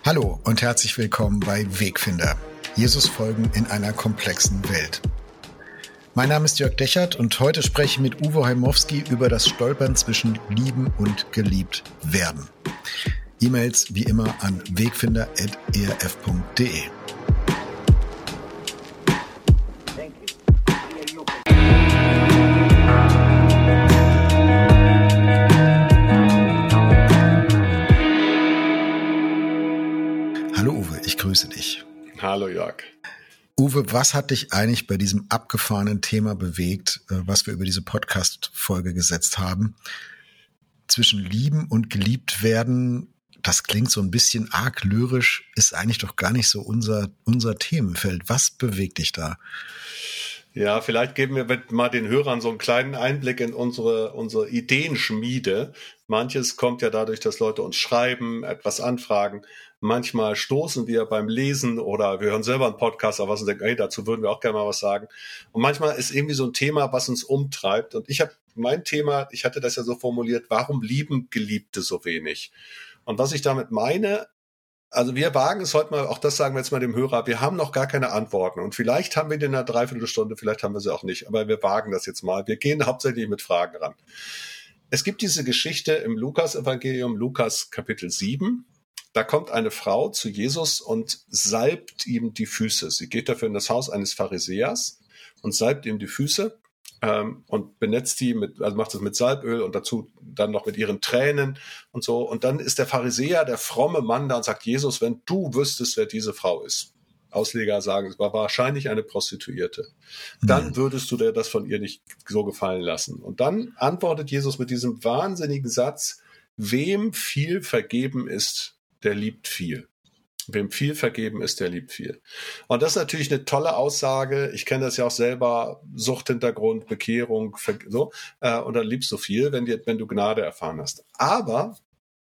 Hallo und herzlich willkommen bei Wegfinder. Jesus folgen in einer komplexen Welt. Mein Name ist Jörg Dechert und heute spreche ich mit Uwe Heimowski über das Stolpern zwischen Lieben und geliebt werden. E-Mails wie immer an wegfinder@erf.de. Hallo Uwe, ich grüße dich. Hallo Jörg. Uwe, was hat dich eigentlich bei diesem abgefahrenen Thema bewegt, was wir über diese Podcast-Folge gesetzt haben? Zwischen lieben und geliebt werden, das klingt so ein bisschen arg lyrisch, ist eigentlich doch gar nicht so unser Themenfeld. Was bewegt dich da? Ja, vielleicht geben wir mal den Hörern so einen kleinen Einblick in unsere Ideenschmiede. Manches kommt ja dadurch, dass Leute uns schreiben, etwas anfragen. Manchmal stoßen wir beim Lesen oder wir hören selber einen Podcast auf was und denken, hey, dazu würden wir auch gerne mal was sagen. Und manchmal ist irgendwie so ein Thema, was uns umtreibt. Und ich hatte das ja so formuliert, warum lieben Geliebte so wenig? Und was ich damit meine, also wir wagen es heute mal, auch das sagen wir jetzt mal dem Hörer, wir haben noch gar keine Antworten und vielleicht haben wir die in einer Dreiviertelstunde, vielleicht haben wir sie auch nicht, aber wir wagen das jetzt mal. Wir gehen hauptsächlich mit Fragen ran. Es gibt diese Geschichte im Lukas-Evangelium, Lukas Kapitel 7, da kommt eine Frau zu Jesus und salbt ihm die Füße. Sie geht dafür in das Haus eines Pharisäers und salbt ihm die Füße. Und benetzt die macht das mit Salböl und dazu dann noch mit ihren Tränen und so. Und dann ist der Pharisäer, der fromme Mann da und sagt, Jesus, wenn du wüsstest, wer diese Frau ist. Ausleger sagen, es war wahrscheinlich eine Prostituierte. Dann würdest du dir das von ihr nicht so gefallen lassen. Und dann antwortet Jesus mit diesem wahnsinnigen Satz, wem viel vergeben ist, der liebt viel. Wem viel vergeben ist, der liebt viel. Und das ist natürlich eine tolle Aussage. Ich kenne das ja auch selber, Suchthintergrund, Bekehrung, so. Und dann liebst du viel, wenn du Gnade erfahren hast. Aber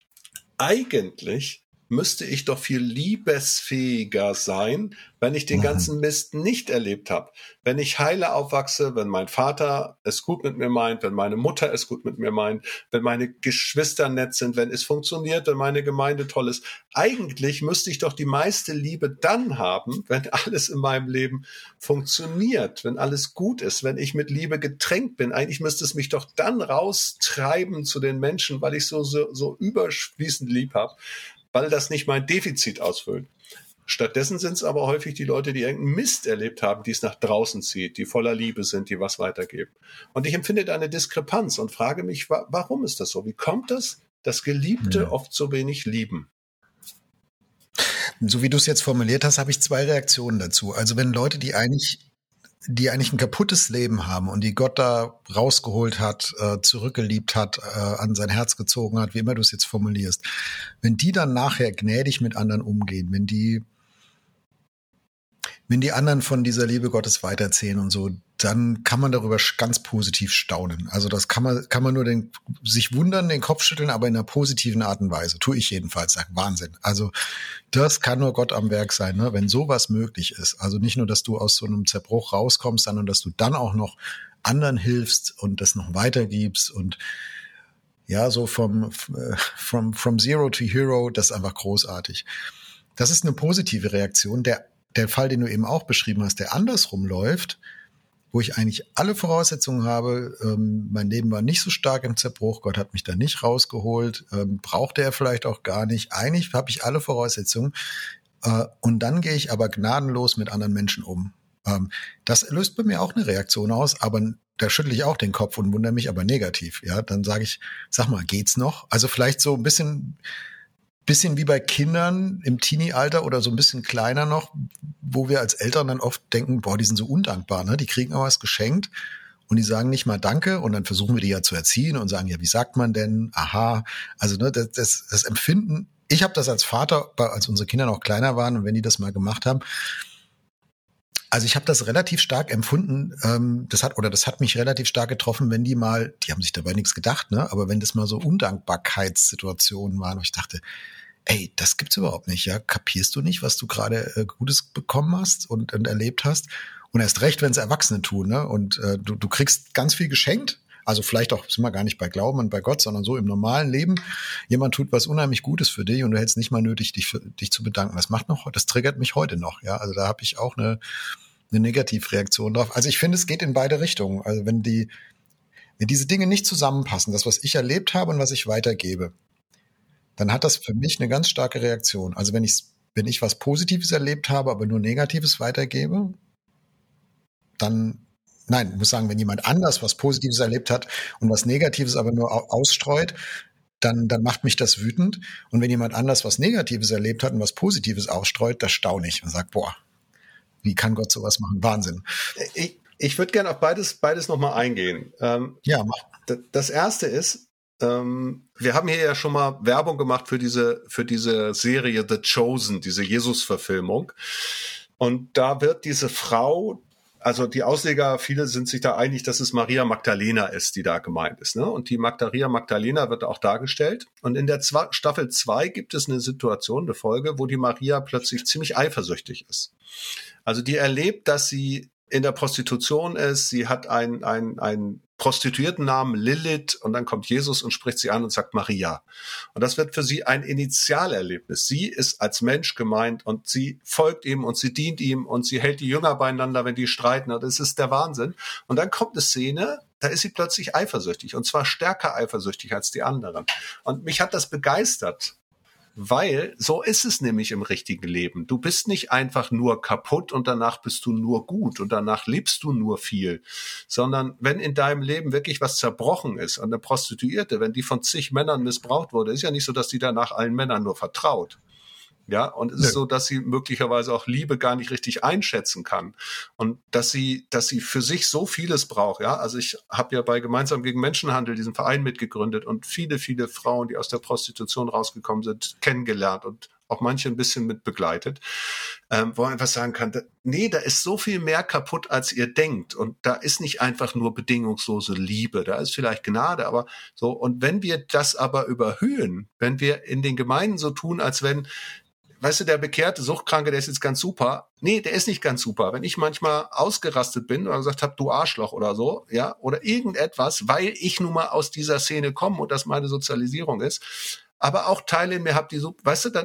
eigentlich müsste ich doch viel liebesfähiger sein, wenn ich den ganzen Mist nicht erlebt habe. Wenn ich heile aufwachse, wenn mein Vater es gut mit mir meint, wenn meine Mutter es gut mit mir meint, wenn meine Geschwister nett sind, wenn es funktioniert, wenn meine Gemeinde toll ist. Eigentlich müsste ich doch die meiste Liebe dann haben, wenn alles in meinem Leben funktioniert, wenn alles gut ist, wenn ich mit Liebe getränkt bin. Eigentlich müsste es mich doch dann raustreiben zu den Menschen, weil ich so überfließend lieb habe, weil das nicht mein Defizit ausfüllt. Stattdessen sind es aber häufig die Leute, die irgendeinen Mist erlebt haben, die es nach draußen zieht, die voller Liebe sind, die was weitergeben. Und ich empfinde da eine Diskrepanz und frage mich, warum ist das so? Wie kommt das, dass Geliebte oft so wenig lieben? So wie du es jetzt formuliert hast, habe ich zwei Reaktionen dazu. Also wenn Leute, die eigentlich ein kaputtes Leben haben und die Gott da rausgeholt hat, zurückgeliebt hat, an sein Herz gezogen hat, wie immer du es jetzt formulierst, wenn die dann nachher gnädig mit anderen umgehen, wenn die anderen von dieser Liebe Gottes weiterzählen und so, dann kann man darüber ganz positiv staunen. Also das kann man nur sich wundern, den Kopf schütteln, aber in einer positiven Art und Weise. Tue ich jedenfalls, sag Wahnsinn. Also das kann nur Gott am Werk sein, ne? Wenn sowas möglich ist. Also nicht nur, dass du aus so einem Zerbruch rauskommst, sondern dass du dann auch noch anderen hilfst und das noch weitergibst und ja, so from Zero to Hero, das ist einfach großartig. Das ist eine positive Reaktion. Der Fall, den du eben auch beschrieben hast, der andersrum läuft, wo ich eigentlich alle Voraussetzungen habe, mein Leben war nicht so stark im Zerbruch, Gott hat mich da nicht rausgeholt, brauchte er vielleicht auch gar nicht. Eigentlich habe ich alle Voraussetzungen und dann gehe ich aber gnadenlos mit anderen Menschen um. Das löst bei mir auch eine Reaktion aus, aber da schüttle ich auch den Kopf und wundere mich aber negativ. Ja, dann sage ich, sag mal, geht's noch? Also vielleicht so ein bisschen wie bei Kindern im Teenie-Alter oder so ein bisschen kleiner noch, wo wir als Eltern dann oft denken, boah, die sind so undankbar, ne? Die kriegen aber was geschenkt und die sagen nicht mal Danke und dann versuchen wir die ja zu erziehen und sagen, ja, wie sagt man denn? Aha, also ne, das Empfinden, ich habe das als Vater, als unsere Kinder noch kleiner waren und wenn die das mal gemacht haben, also ich habe das relativ stark empfunden, das hat mich relativ stark getroffen, wenn die haben sich dabei nichts gedacht, ne? Aber wenn das mal so Undankbarkeitssituationen waren, wo ich dachte, ey, das gibt's überhaupt nicht, ja? Kapierst du nicht, was du gerade Gutes bekommen hast und erlebt hast? Und erst recht, wenn es Erwachsene tun, ne? Und du kriegst ganz viel geschenkt Also vielleicht auch, sind wir gar nicht bei Glauben und bei Gott, sondern so im normalen Leben. Jemand tut was unheimlich Gutes für dich und du hältst nicht mal nötig, dich zu bedanken. Das triggert mich heute noch, ja. Also da habe ich auch eine Negativreaktion drauf. Also ich finde, es geht in beide Richtungen. Also wenn diese Dinge nicht zusammenpassen, das, was ich erlebt habe und was ich weitergebe, dann hat das für mich eine ganz starke Reaktion. Also wenn ich was Positives erlebt habe, aber nur Negatives weitergebe, ich muss sagen, wenn jemand anders was Positives erlebt hat und was Negatives aber nur ausstreut, dann macht mich das wütend. Und wenn jemand anders was Negatives erlebt hat und was Positives ausstreut, das staune ich und sage, boah, wie kann Gott sowas machen? Wahnsinn. Ich würde gerne auf beides nochmal eingehen. Ja, mach. Das erste ist, wir haben hier ja schon mal Werbung gemacht für diese Serie The Chosen, diese Jesus-Verfilmung. Und da wird diese Frau, also die Ausleger, viele sind sich da einig, dass es Maria Magdalena ist, die da gemeint ist, ne? Und die Maria Magdalena wird auch dargestellt. Und in der Staffel 2 gibt es eine Situation, eine Folge, wo die Maria plötzlich ziemlich eifersüchtig ist. Also die erlebt, dass sie in der Prostitution ist. Sie hat einen Prostituiertennamen Lilith und dann kommt Jesus und spricht sie an und sagt Maria. Und das wird für sie ein Initialerlebnis. Sie ist als Mensch gemeint und sie folgt ihm und sie dient ihm und sie hält die Jünger beieinander, wenn die streiten. Und das ist der Wahnsinn. Und dann kommt eine Szene, da ist sie plötzlich eifersüchtig und zwar stärker eifersüchtig als die anderen. Und mich hat das begeistert. Weil so ist es nämlich im richtigen Leben. Du bist nicht einfach nur kaputt und danach bist du nur gut und danach lebst du nur viel, sondern wenn in deinem Leben wirklich was zerbrochen ist und eine Prostituierte, wenn die von zig Männern missbraucht wurde, ist ja nicht so, dass die danach allen Männern nur vertraut. Ja, und es ist so, dass sie möglicherweise auch Liebe gar nicht richtig einschätzen kann und dass sie für sich so vieles braucht. Ja, also ich habe ja bei Gemeinsam gegen Menschenhandel diesen Verein mitgegründet und viele Frauen, die aus der Prostitution rausgekommen sind, kennengelernt und auch manche ein bisschen mit begleitet, wo man einfach sagen kann, da ist so viel mehr kaputt, als ihr denkt. Und da ist nicht einfach nur bedingungslose Liebe, da ist vielleicht Gnade, aber so. Und wenn wir das aber überhöhen, wenn wir in den Gemeinden so tun, als wenn, weißt du, der bekehrte Suchtkranke, der ist jetzt ganz super. Nee, der ist nicht ganz super. Wenn ich manchmal ausgerastet bin oder gesagt habe, du Arschloch oder so, ja, oder irgendetwas, weil ich nun mal aus dieser Szene komme und das meine Sozialisierung ist, aber auch Teile in mir habe, die so, weißt du,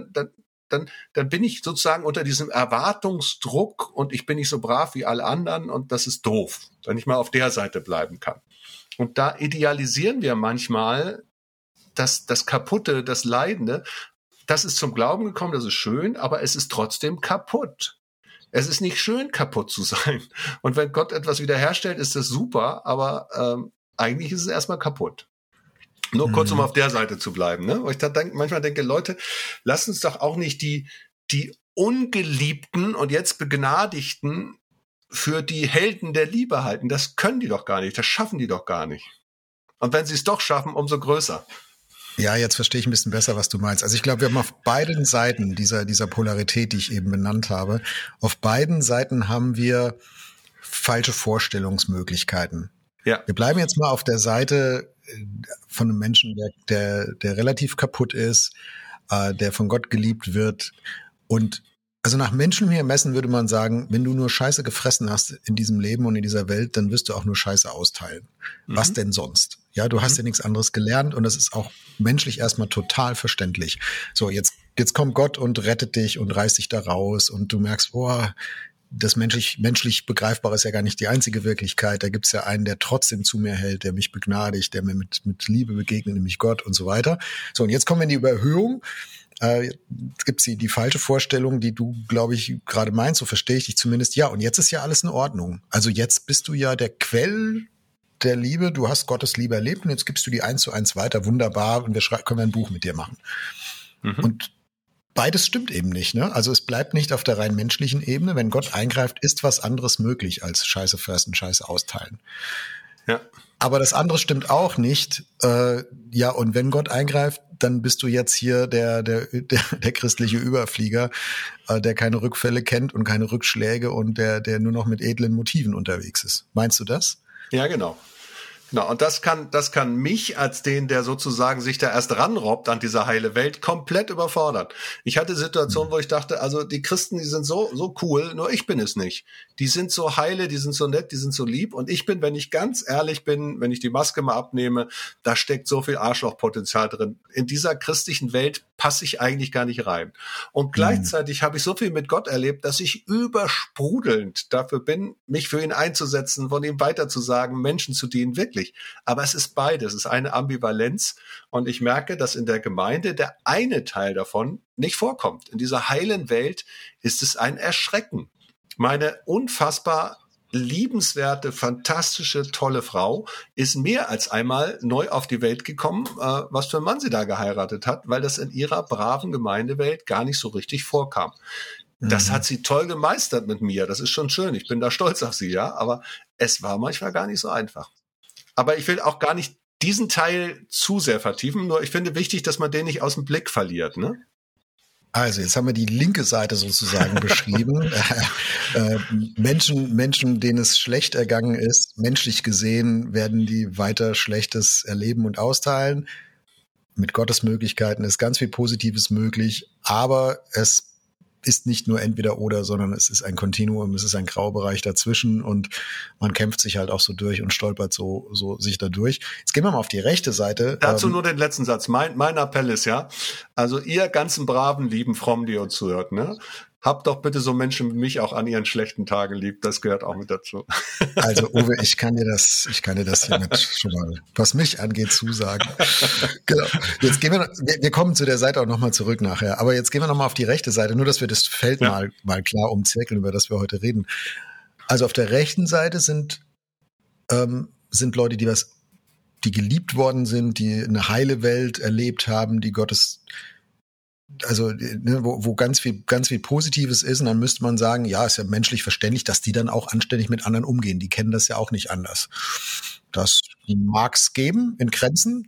dann bin ich sozusagen unter diesem Erwartungsdruck und ich bin nicht so brav wie alle anderen und das ist doof, wenn ich mal auf der Seite bleiben kann. Und da idealisieren wir manchmal das Kaputte, das Leidende. Das ist zum Glauben gekommen, das ist schön, aber es ist trotzdem kaputt. Es ist nicht schön, kaputt zu sein. Und wenn Gott etwas wiederherstellt, ist das super, aber eigentlich ist es erstmal kaputt. Nur kurz, um auf der Seite zu bleiben, ne? Wo ich manchmal denke, Leute, lasst uns doch auch nicht die Ungeliebten und jetzt Begnadigten für die Helden der Liebe halten. Das können die doch gar nicht, das schaffen die doch gar nicht. Und wenn sie es doch schaffen, umso größer. Ja, jetzt verstehe ich ein bisschen besser, was du meinst. Also ich glaube, wir haben auf beiden Seiten dieser Polarität, die ich eben benannt habe, auf beiden Seiten haben wir falsche Vorstellungsmöglichkeiten. Ja. Wir bleiben jetzt mal auf der Seite von einem Menschen, der relativ kaputt ist, der von Gott geliebt wird. Und also nach menschlichem Ermessen würde man sagen, wenn du nur Scheiße gefressen hast in diesem Leben und in dieser Welt, dann wirst du auch nur Scheiße austeilen. Was denn sonst? Ja, du hast ja nichts anderes gelernt und das ist auch menschlich erstmal total verständlich. So, jetzt kommt Gott und rettet dich und reißt dich da raus und du merkst, boah, das menschlich Begreifbare ist ja gar nicht die einzige Wirklichkeit. Da gibt's ja einen, der trotzdem zu mir hält, der mich begnadigt, der mir mit Liebe begegnet, nämlich Gott und so weiter. So, und jetzt kommen wir in die Überhöhung. Gibt's die falsche Vorstellung, die du, glaube ich, gerade meinst, so verstehe ich dich zumindest. Ja, und jetzt ist ja alles in Ordnung. Also jetzt bist du ja der Quell der Liebe, du hast Gottes Liebe erlebt und jetzt gibst du die 1:1 weiter, wunderbar, und können wir ein Buch mit dir machen. Und beides stimmt eben nicht, ne? Also es bleibt nicht auf der rein menschlichen Ebene. Wenn Gott eingreift, ist was anderes möglich als Scheiße fressen, Scheiße austeilen. Ja. Aber das andere stimmt auch nicht. Ja, und wenn Gott eingreift, dann bist du jetzt hier der christliche Überflieger, der keine Rückfälle kennt und keine Rückschläge und der nur noch mit edlen Motiven unterwegs ist. Meinst du das? Ja, genau. Na, und das kann mich als den, der sozusagen sich da erst ranrobbt an diese heile Welt, komplett überfordern. Ich hatte Situationen, wo ich dachte, also die Christen, die sind so cool, nur ich bin es nicht. Die sind so heile, die sind so nett, die sind so lieb. Und ich bin, wenn ich ganz ehrlich bin, wenn ich die Maske mal abnehme, da steckt so viel Arschlochpotenzial drin. In dieser christlichen Welt passe ich eigentlich gar nicht rein. Und gleichzeitig habe ich so viel mit Gott erlebt, dass ich übersprudelnd dafür bin, mich für ihn einzusetzen, von ihm weiterzusagen, Menschen zu dienen, wirklich. Aber es ist beides, es ist eine Ambivalenz. Und ich merke, dass in der Gemeinde der eine Teil davon nicht vorkommt. In dieser heilen Welt ist es ein Erschrecken. Meine unfassbar liebenswerte, fantastische, tolle Frau ist mehr als einmal neu auf die Welt gekommen, was für einen Mann sie da geheiratet hat, weil das in ihrer braven Gemeindewelt gar nicht so richtig vorkam. Das hat sie toll gemeistert mit mir. Das ist schon schön. Ich bin da stolz auf sie, ja. Aber es war manchmal gar nicht so einfach. Aber ich will auch gar nicht diesen Teil zu sehr vertiefen. Nur ich finde wichtig, dass man den nicht aus dem Blick verliert, ne? Also, jetzt haben wir die linke Seite sozusagen beschrieben. Menschen, denen es schlecht ergangen ist, menschlich gesehen, werden die weiter Schlechtes erleben und austeilen. Mit Gottes Möglichkeiten ist ganz viel Positives möglich, aber es ist nicht nur entweder oder, sondern es ist ein Kontinuum, es ist ein Graubereich dazwischen und man kämpft sich halt auch so durch und stolpert so sich da durch. Jetzt gehen wir mal auf die rechte Seite. Dazu nur den letzten Satz. Mein Appell ist ja, also ihr ganzen braven, lieben Frommen, die ihr uns zuhört, ne? Habt doch bitte so Menschen wie mich auch an ihren schlechten Tagen lieb. Das gehört auch mit dazu. Also Uwe, ich kann dir das hiermit schon mal, was mich angeht, zusagen. Genau. Jetzt gehen wir kommen zu der Seite auch nochmal zurück nachher. Aber jetzt gehen wir nochmal auf die rechte Seite, nur dass wir das Feld mal klar umzirkeln, über das wir heute reden. Also auf der rechten Seite sind Leute, die geliebt worden sind, die eine heile Welt erlebt haben, die Gottes, also ne, wo ganz viel Positives ist, und dann müsste man sagen, ja, ist ja menschlich verständlich, dass die dann auch anständig mit anderen umgehen. Die kennen das ja auch nicht anders. Das mag es geben in Grenzen.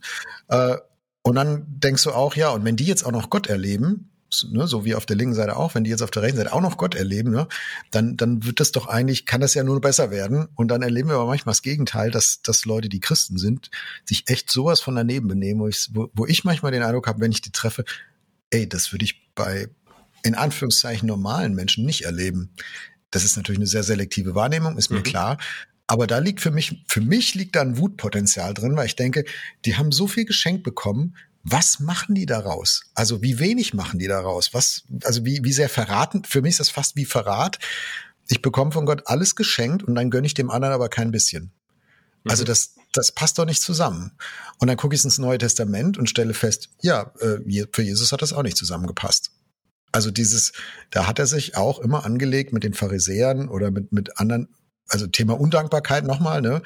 Und dann denkst du auch, ja, und wenn die jetzt auch noch Gott erleben, ne, so wie auf der linken Seite auch, wenn die jetzt auf der rechten Seite auch noch Gott erleben, ne, dann wird das doch eigentlich, kann das ja nur besser werden. Und dann erleben wir aber manchmal das Gegenteil, dass Leute, die Christen sind, sich echt sowas von daneben benehmen, wo ich manchmal den Eindruck habe, wenn ich die treffe, ey, das würde ich bei, in Anführungszeichen, normalen Menschen nicht erleben. Das ist natürlich eine sehr selektive Wahrnehmung, ist mir klar. Aber da liegt für mich liegt da ein Wutpotenzial drin, weil ich denke, die haben so viel geschenkt bekommen. Was machen die daraus? Also wie wenig machen die daraus? Wie sehr verraten? Für mich ist das fast wie Verrat. Ich bekomme von Gott alles geschenkt und dann gönne ich dem anderen aber kein bisschen. Also das passt doch nicht zusammen. Und dann gucke ich ins Neue Testament und stelle fest, ja, für Jesus hat das auch nicht zusammengepasst. Also da hat er sich auch immer angelegt mit den Pharisäern oder mit anderen, also Thema Undankbarkeit nochmal, ne?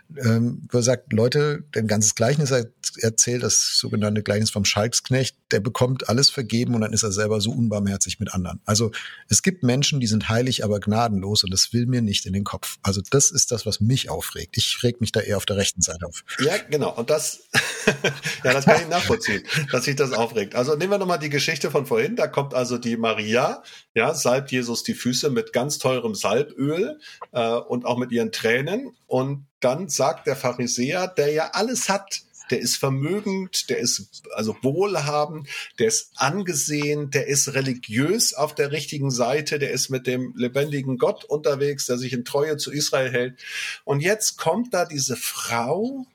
Wo er sagt, Leute, ein ganzes Gleichnis erzählt, das sogenannte Gleichnis vom Schalksknecht, der bekommt alles vergeben und dann ist er selber so unbarmherzig mit anderen. Also es gibt Menschen, die sind heilig, aber gnadenlos und das will mir nicht in den Kopf. Also das ist das, was mich aufregt. Ich reg mich da eher auf der rechten Seite auf. Ja, genau. Und das kann ich nachvollziehen, dass sich das aufregt. Also nehmen wir nochmal die Geschichte von vorhin. Da kommt also die Maria, ja, salbt Jesus die Füße mit ganz teurem Salböl und auch mit ihren Tränen. Und dann sagt der Pharisäer, der ja alles hat, der ist vermögend, der ist also wohlhabend, der ist angesehen, der ist religiös auf der richtigen Seite, der ist mit dem lebendigen Gott unterwegs, der sich in Treue zu Israel hält. Und jetzt kommt da diese Frau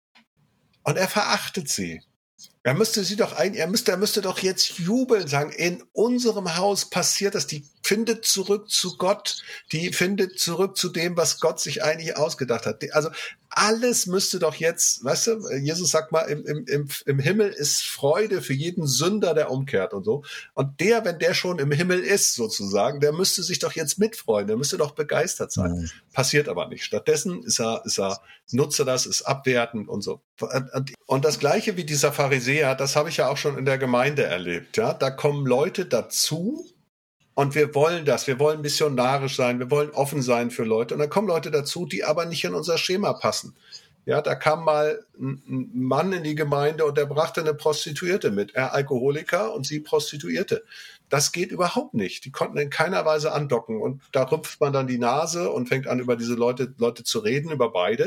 und er verachtet sie. Er müsste doch jetzt jubeln, sagen, in unserem Haus passiert das, die findet zurück zu Gott, die findet zurück zu dem, was Gott sich eigentlich ausgedacht hat. Also alles müsste doch jetzt, weißt du, Jesus sagt mal, im Himmel ist Freude für jeden Sünder, der umkehrt und so. Und wenn der schon im Himmel ist, sozusagen, der müsste sich doch jetzt mitfreuen, der müsste doch begeistert sein. Mhm. Passiert aber nicht. Stattdessen nutzt er das, ist abwertend und so. Und das Gleiche wie dieser Pharisäer, das habe ich ja auch schon in der Gemeinde erlebt. Ja, da kommen Leute dazu und wir wollen missionarisch sein, wir wollen offen sein für Leute. Und dann kommen Leute dazu, die aber nicht in unser Schema passen. Ja, da kam mal ein Mann in die Gemeinde und der brachte eine Prostituierte mit. Er Alkoholiker und sie Prostituierte. Das geht überhaupt nicht. Die konnten in keiner Weise andocken. Und da rümpft man dann die Nase und fängt an, über diese Leute zu reden, über beide.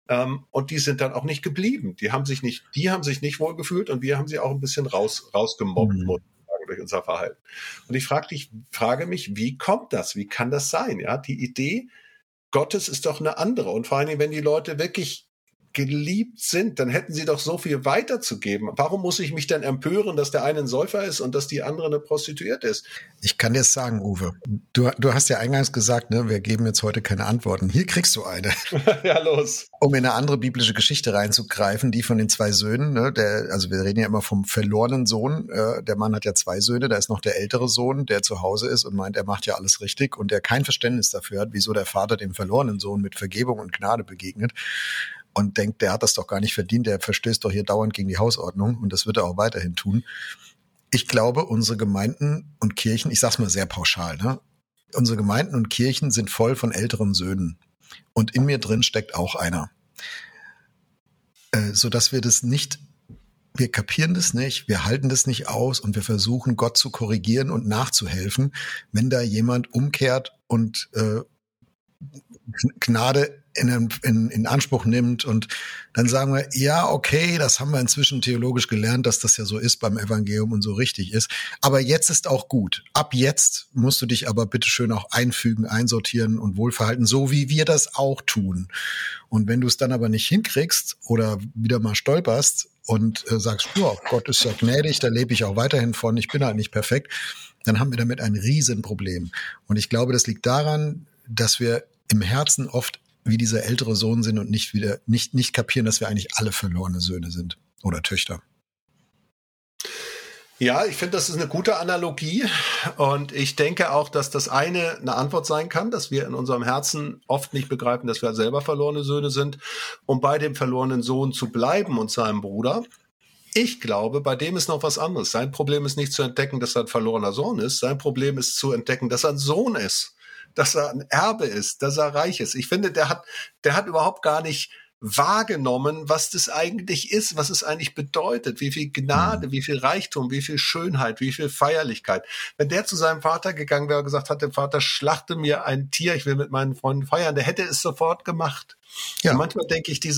Und die sind dann auch nicht geblieben. Die haben sich nicht wohlgefühlt und wir haben sie auch ein bisschen rausgemobbt, muss ich sagen, durch unser Verhalten. Und ich frage mich, wie kommt das? Wie kann das sein? Ja, die Idee Gottes ist doch eine andere. Und vor allen Dingen, wenn die Leute wirklich geliebt sind, dann hätten sie doch so viel weiterzugeben. Warum muss ich mich denn empören, dass der eine ein Säufer ist und dass die andere eine Prostituierte ist? Ich kann dir sagen, Uwe, du hast ja eingangs gesagt, ne, wir geben jetzt heute keine Antworten. Hier kriegst du eine. Ja, los. Um in eine andere biblische Geschichte reinzugreifen, die von den 2 Söhnen, ne, also wir reden ja immer vom verlorenen Sohn, der Mann hat ja 2 Söhne, da ist noch der ältere Sohn, der zu Hause ist und meint, er macht ja alles richtig und der kein Verständnis dafür hat, wieso der Vater dem verlorenen Sohn mit Vergebung und Gnade begegnet. Und denkt, der hat das doch gar nicht verdient, der verstößt doch hier dauernd gegen die Hausordnung und das wird er auch weiterhin tun. Ich glaube, unsere Gemeinden und Kirchen, ich sag's mal sehr pauschal, ne? Unsere Gemeinden und Kirchen sind voll von älteren Söhnen und in mir drin steckt auch einer. Sodass wir kapieren das nicht, wir halten das nicht aus und wir versuchen, Gott zu korrigieren und nachzuhelfen, wenn da jemand umkehrt und Gnade in Anspruch nimmt und dann sagen wir, ja, okay, das haben wir inzwischen theologisch gelernt, dass das ja so ist beim Evangelium und so richtig ist. Aber jetzt ist auch gut. Ab jetzt musst du dich aber bitteschön auch einfügen, einsortieren und wohlverhalten, so wie wir das auch tun. Und wenn du es dann aber nicht hinkriegst oder wieder mal stolperst und sagst, ja, Gott ist ja gnädig, da lebe ich auch weiterhin von, ich bin halt nicht perfekt, dann haben wir damit ein Riesenproblem. Und ich glaube, das liegt daran, dass wir im Herzen oft wie dieser ältere Sohn sind und nicht kapieren, dass wir eigentlich alle verlorene Söhne sind oder Töchter. Ja, ich finde, das ist eine gute Analogie und ich denke auch, dass das eine Antwort sein kann, dass wir in unserem Herzen oft nicht begreifen, dass wir selber verlorene Söhne sind, um bei dem verlorenen Sohn zu bleiben und seinem Bruder. Ich glaube, bei dem ist noch was anderes. Sein Problem ist nicht zu entdecken, dass er ein verlorener Sohn ist. Sein Problem ist zu entdecken, dass er ein Sohn ist, dass er ein Erbe ist, dass er reich ist. Ich finde, der hat überhaupt gar nicht wahrgenommen, was das eigentlich ist, was es eigentlich bedeutet, wie viel Gnade, wie viel Reichtum, wie viel Schönheit, wie viel Feierlichkeit. Wenn der zu seinem Vater gegangen wäre und gesagt hat, der Vater, schlachte mir ein Tier, ich will mit meinen Freunden feiern, der hätte es sofort gemacht. Ja. Und manchmal denke ich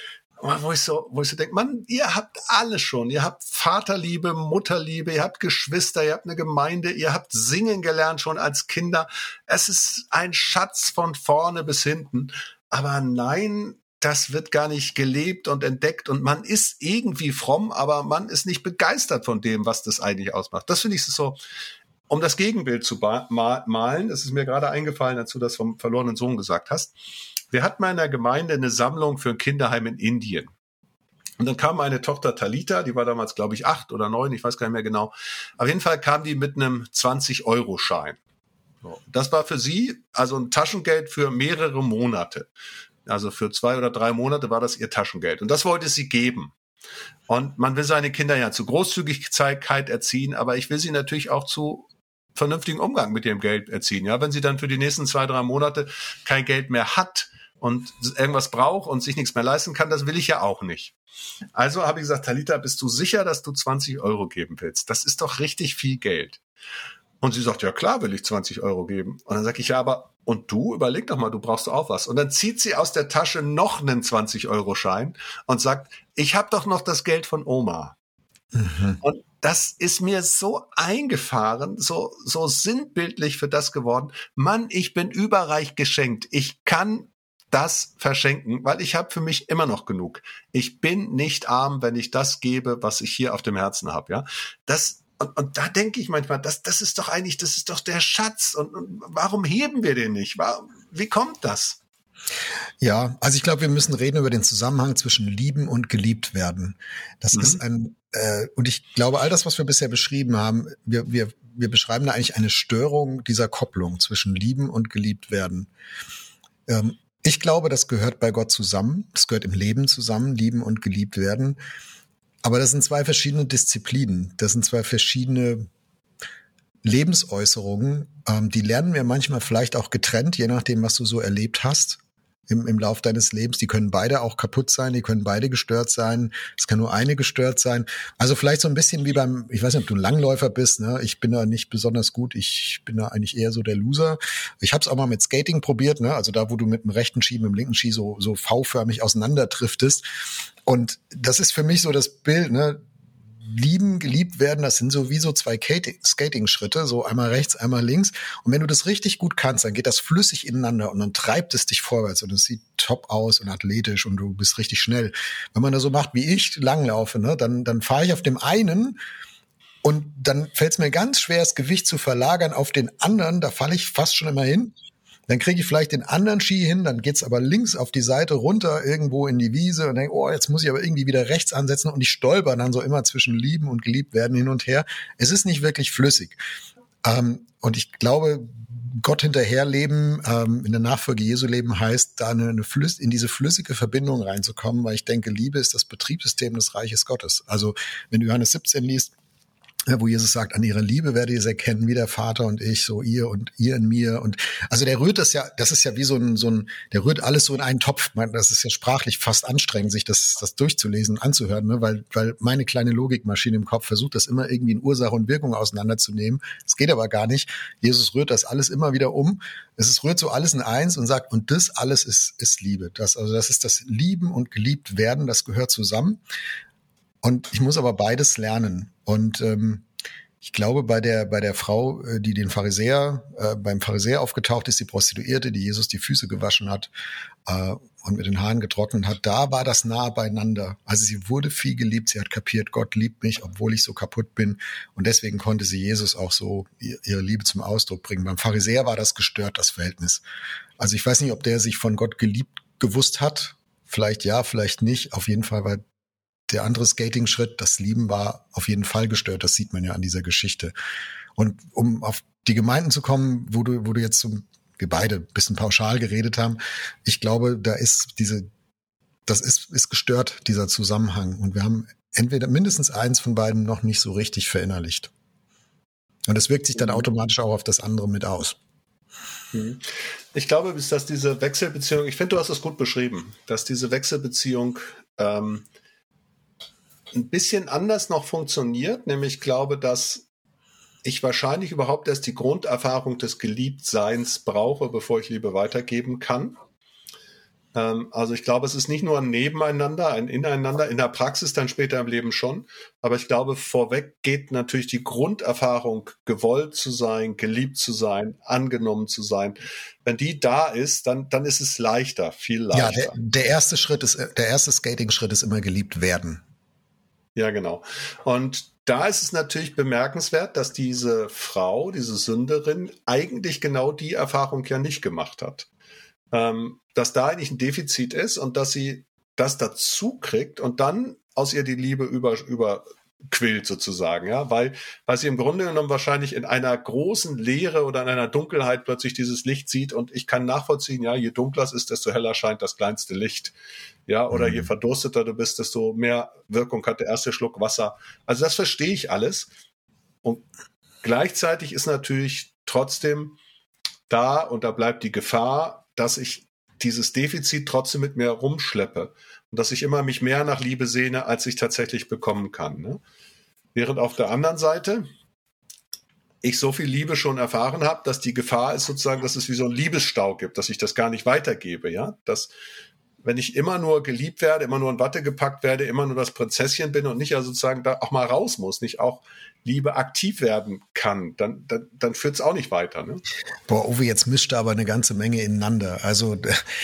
wo ich so denke, Mann, ihr habt alles schon. Ihr habt Vaterliebe, Mutterliebe, ihr habt Geschwister, ihr habt eine Gemeinde, ihr habt singen gelernt schon als Kinder. Es ist ein Schatz von vorne bis hinten. Aber nein, das wird gar nicht gelebt und entdeckt und man ist irgendwie fromm, aber man ist nicht begeistert von dem, was das eigentlich ausmacht. Das finde ich so, um das Gegenbild zu malen, das ist mir gerade eingefallen, als du das vom verlorenen Sohn gesagt hast. Wir hatten mal in der Gemeinde eine Sammlung für ein Kinderheim in Indien. Und dann kam eine Tochter Talita, die war damals, glaube ich, 8 oder 9, ich weiß gar nicht mehr genau. Auf jeden Fall kam die mit einem 20-Euro-Schein. So, das war für sie also ein Taschengeld für mehrere Monate. Also für 2 oder 3 Monate war das ihr Taschengeld. Und das wollte sie geben. Und man will seine Kinder ja zu Großzügigkeit erziehen, aber ich will sie natürlich auch zu vernünftigen Umgang mit dem Geld erziehen. Ja, wenn sie dann für die nächsten 2, 3 Monate kein Geld mehr hat und irgendwas braucht und sich nichts mehr leisten kann, das will ich ja auch nicht. Also habe ich gesagt, Talita, bist du sicher, dass du 20 Euro geben willst? Das ist doch richtig viel Geld. Und sie sagt, ja klar will ich 20 Euro geben. Und dann sage ich, ja, aber und du, überleg doch mal, du brauchst auch was. Und dann zieht sie aus der Tasche noch einen 20-Euro-Schein und sagt, ich habe doch noch das Geld von Oma. Mhm. Und das ist mir so eingefahren, so sinnbildlich für das geworden. Mann, ich bin überreich geschenkt. Ich kann das verschenken, weil ich habe für mich immer noch genug. Ich bin nicht arm, wenn ich das gebe, was ich hier auf dem Herzen habe. Ja, und da denke ich manchmal, das ist doch eigentlich, das ist doch der Schatz. Und warum heben wir den nicht? Wie kommt das? Ja, also ich glaube, wir müssen reden über den Zusammenhang zwischen lieben und geliebt werden. Das ist und ich glaube, all das, was wir bisher beschrieben haben, wir beschreiben da eigentlich eine Störung dieser Kopplung zwischen lieben und geliebt werden. Ich glaube, das gehört bei Gott zusammen. Das gehört im Leben zusammen, lieben und geliebt werden. Aber das sind 2 verschiedene Disziplinen. Das sind 2 verschiedene Lebensäußerungen. Die lernen wir manchmal vielleicht auch getrennt, je nachdem, was du so erlebt hast. im Lauf deines Lebens. Die können beide auch kaputt sein, die können beide gestört sein. Es kann nur eine gestört sein. Also vielleicht so ein bisschen wie ich weiß nicht, ob du ein Langläufer bist, ne? Ich bin da nicht besonders gut. Ich bin da eigentlich eher so der Loser. Ich habe es auch mal mit Skating probiert, ne? Also da, wo du mit dem rechten Ski, mit dem linken Ski so V-förmig auseinanderdriftest. Und das ist für mich so das Bild, ne? Lieben, geliebt werden, das sind sowieso zwei Skating-Schritte, so einmal rechts, einmal links. Und wenn du das richtig gut kannst, dann geht das flüssig ineinander und dann treibt es dich vorwärts und es sieht top aus und athletisch und du bist richtig schnell. Wenn man das so macht, wie ich langlaufe, ne, dann fahre ich auf dem einen und dann fällt es mir ganz schwer, das Gewicht zu verlagern auf den anderen, da falle ich fast schon immer hin. Dann kriege ich vielleicht den anderen Ski hin, dann geht's aber links auf die Seite runter irgendwo in die Wiese und denke, oh, jetzt muss ich aber irgendwie wieder rechts ansetzen und ich stolper dann so immer zwischen lieben und geliebt werden hin und her. Es ist nicht wirklich flüssig. Und ich glaube, Gott hinterherleben, in der Nachfolge Jesu leben heißt, da in diese flüssige Verbindung reinzukommen, weil ich denke, Liebe ist das Betriebssystem des Reiches Gottes. Also wenn du Johannes 17 liest, wo Jesus sagt, an ihrer Liebe werdet ihr es erkennen, wie der Vater und ich, so ihr und ihr in mir. Und also der rührt das ist ja wie so ein, der rührt alles so in einen Topf. Das ist ja sprachlich fast anstrengend, sich das durchzulesen, anzuhören, ne? Weil meine kleine Logikmaschine im Kopf versucht, das immer irgendwie in Ursache und Wirkung auseinanderzunehmen. Es geht aber gar nicht. Jesus rührt das alles immer wieder um. Rührt so alles in eins und sagt, und das alles ist Liebe. Das ist das Lieben und geliebt werden, das gehört zusammen. Und ich muss aber beides lernen. Und ich glaube, bei der Frau, die beim Pharisäer aufgetaucht ist, die Prostituierte, die Jesus die Füße gewaschen hat und mit den Haaren getrocknet hat, da war das nah beieinander. Also sie wurde viel geliebt, sie hat kapiert, Gott liebt mich, obwohl ich so kaputt bin. Und deswegen konnte sie Jesus auch so ihre Liebe zum Ausdruck bringen. Beim Pharisäer war das gestört, das Verhältnis. Also ich weiß nicht, ob der sich von Gott geliebt gewusst hat. Vielleicht ja, vielleicht nicht. Auf jeden Fall war der andere Skating-Schritt, das Lieben, war auf jeden Fall gestört. Das sieht man ja an dieser Geschichte. Und um auf die Gemeinden zu kommen, wo du jetzt wir beide ein bisschen pauschal geredet haben, ich glaube, das ist gestört, dieser Zusammenhang. Und wir haben entweder mindestens eins von beiden noch nicht so richtig verinnerlicht. Und es wirkt sich dann automatisch auch auf das andere mit aus. Ich glaube, dass diese Wechselbeziehung, ich finde, du hast es gut beschrieben, dass diese Wechselbeziehung ein bisschen anders noch funktioniert, nämlich glaube, dass ich wahrscheinlich überhaupt erst die Grunderfahrung des Geliebtseins brauche, bevor ich Liebe weitergeben kann. Also ich glaube, es ist nicht nur ein Nebeneinander, ein Ineinander, in der Praxis dann später im Leben schon, aber ich glaube, vorweg geht natürlich die Grunderfahrung, gewollt zu sein, geliebt zu sein, angenommen zu sein. Wenn die da ist, dann ist es leichter, viel leichter. Ja, der erste Skating-Schritt ist immer geliebt werden. Ja, genau. Und da ist es natürlich bemerkenswert, dass diese Frau, diese Sünderin, eigentlich genau die Erfahrung ja nicht gemacht hat. Dass da eigentlich ein Defizit ist und dass sie das dazu kriegt und dann aus ihr die Liebe überquillt sozusagen, ja, weil sie im Grunde genommen wahrscheinlich in einer großen Leere oder in einer Dunkelheit plötzlich dieses Licht sieht und ich kann nachvollziehen, ja, je dunkler es ist, desto heller scheint das kleinste Licht. Ja, oder je verdursteter du bist, desto mehr Wirkung hat der erste Schluck Wasser. Also das verstehe ich alles. Und gleichzeitig ist natürlich trotzdem da, und da bleibt die Gefahr, dass ich dieses Defizit trotzdem mit mir rumschleppe und dass ich immer mich mehr nach Liebe sehne, als ich tatsächlich bekommen kann. Ne? Während auf der anderen Seite ich so viel Liebe schon erfahren habe, dass die Gefahr ist sozusagen, dass es wie so ein Liebesstau gibt, dass ich das gar nicht weitergebe, ja, dass wenn ich immer nur geliebt werde, immer nur in Watte gepackt werde, immer nur das Prinzesschen bin und nicht ja sozusagen da auch mal raus muss, nicht auch Liebe aktiv werden kann, dann führt es auch nicht weiter. Ne? Boah, Uwe, jetzt mischt er aber eine ganze Menge ineinander. Also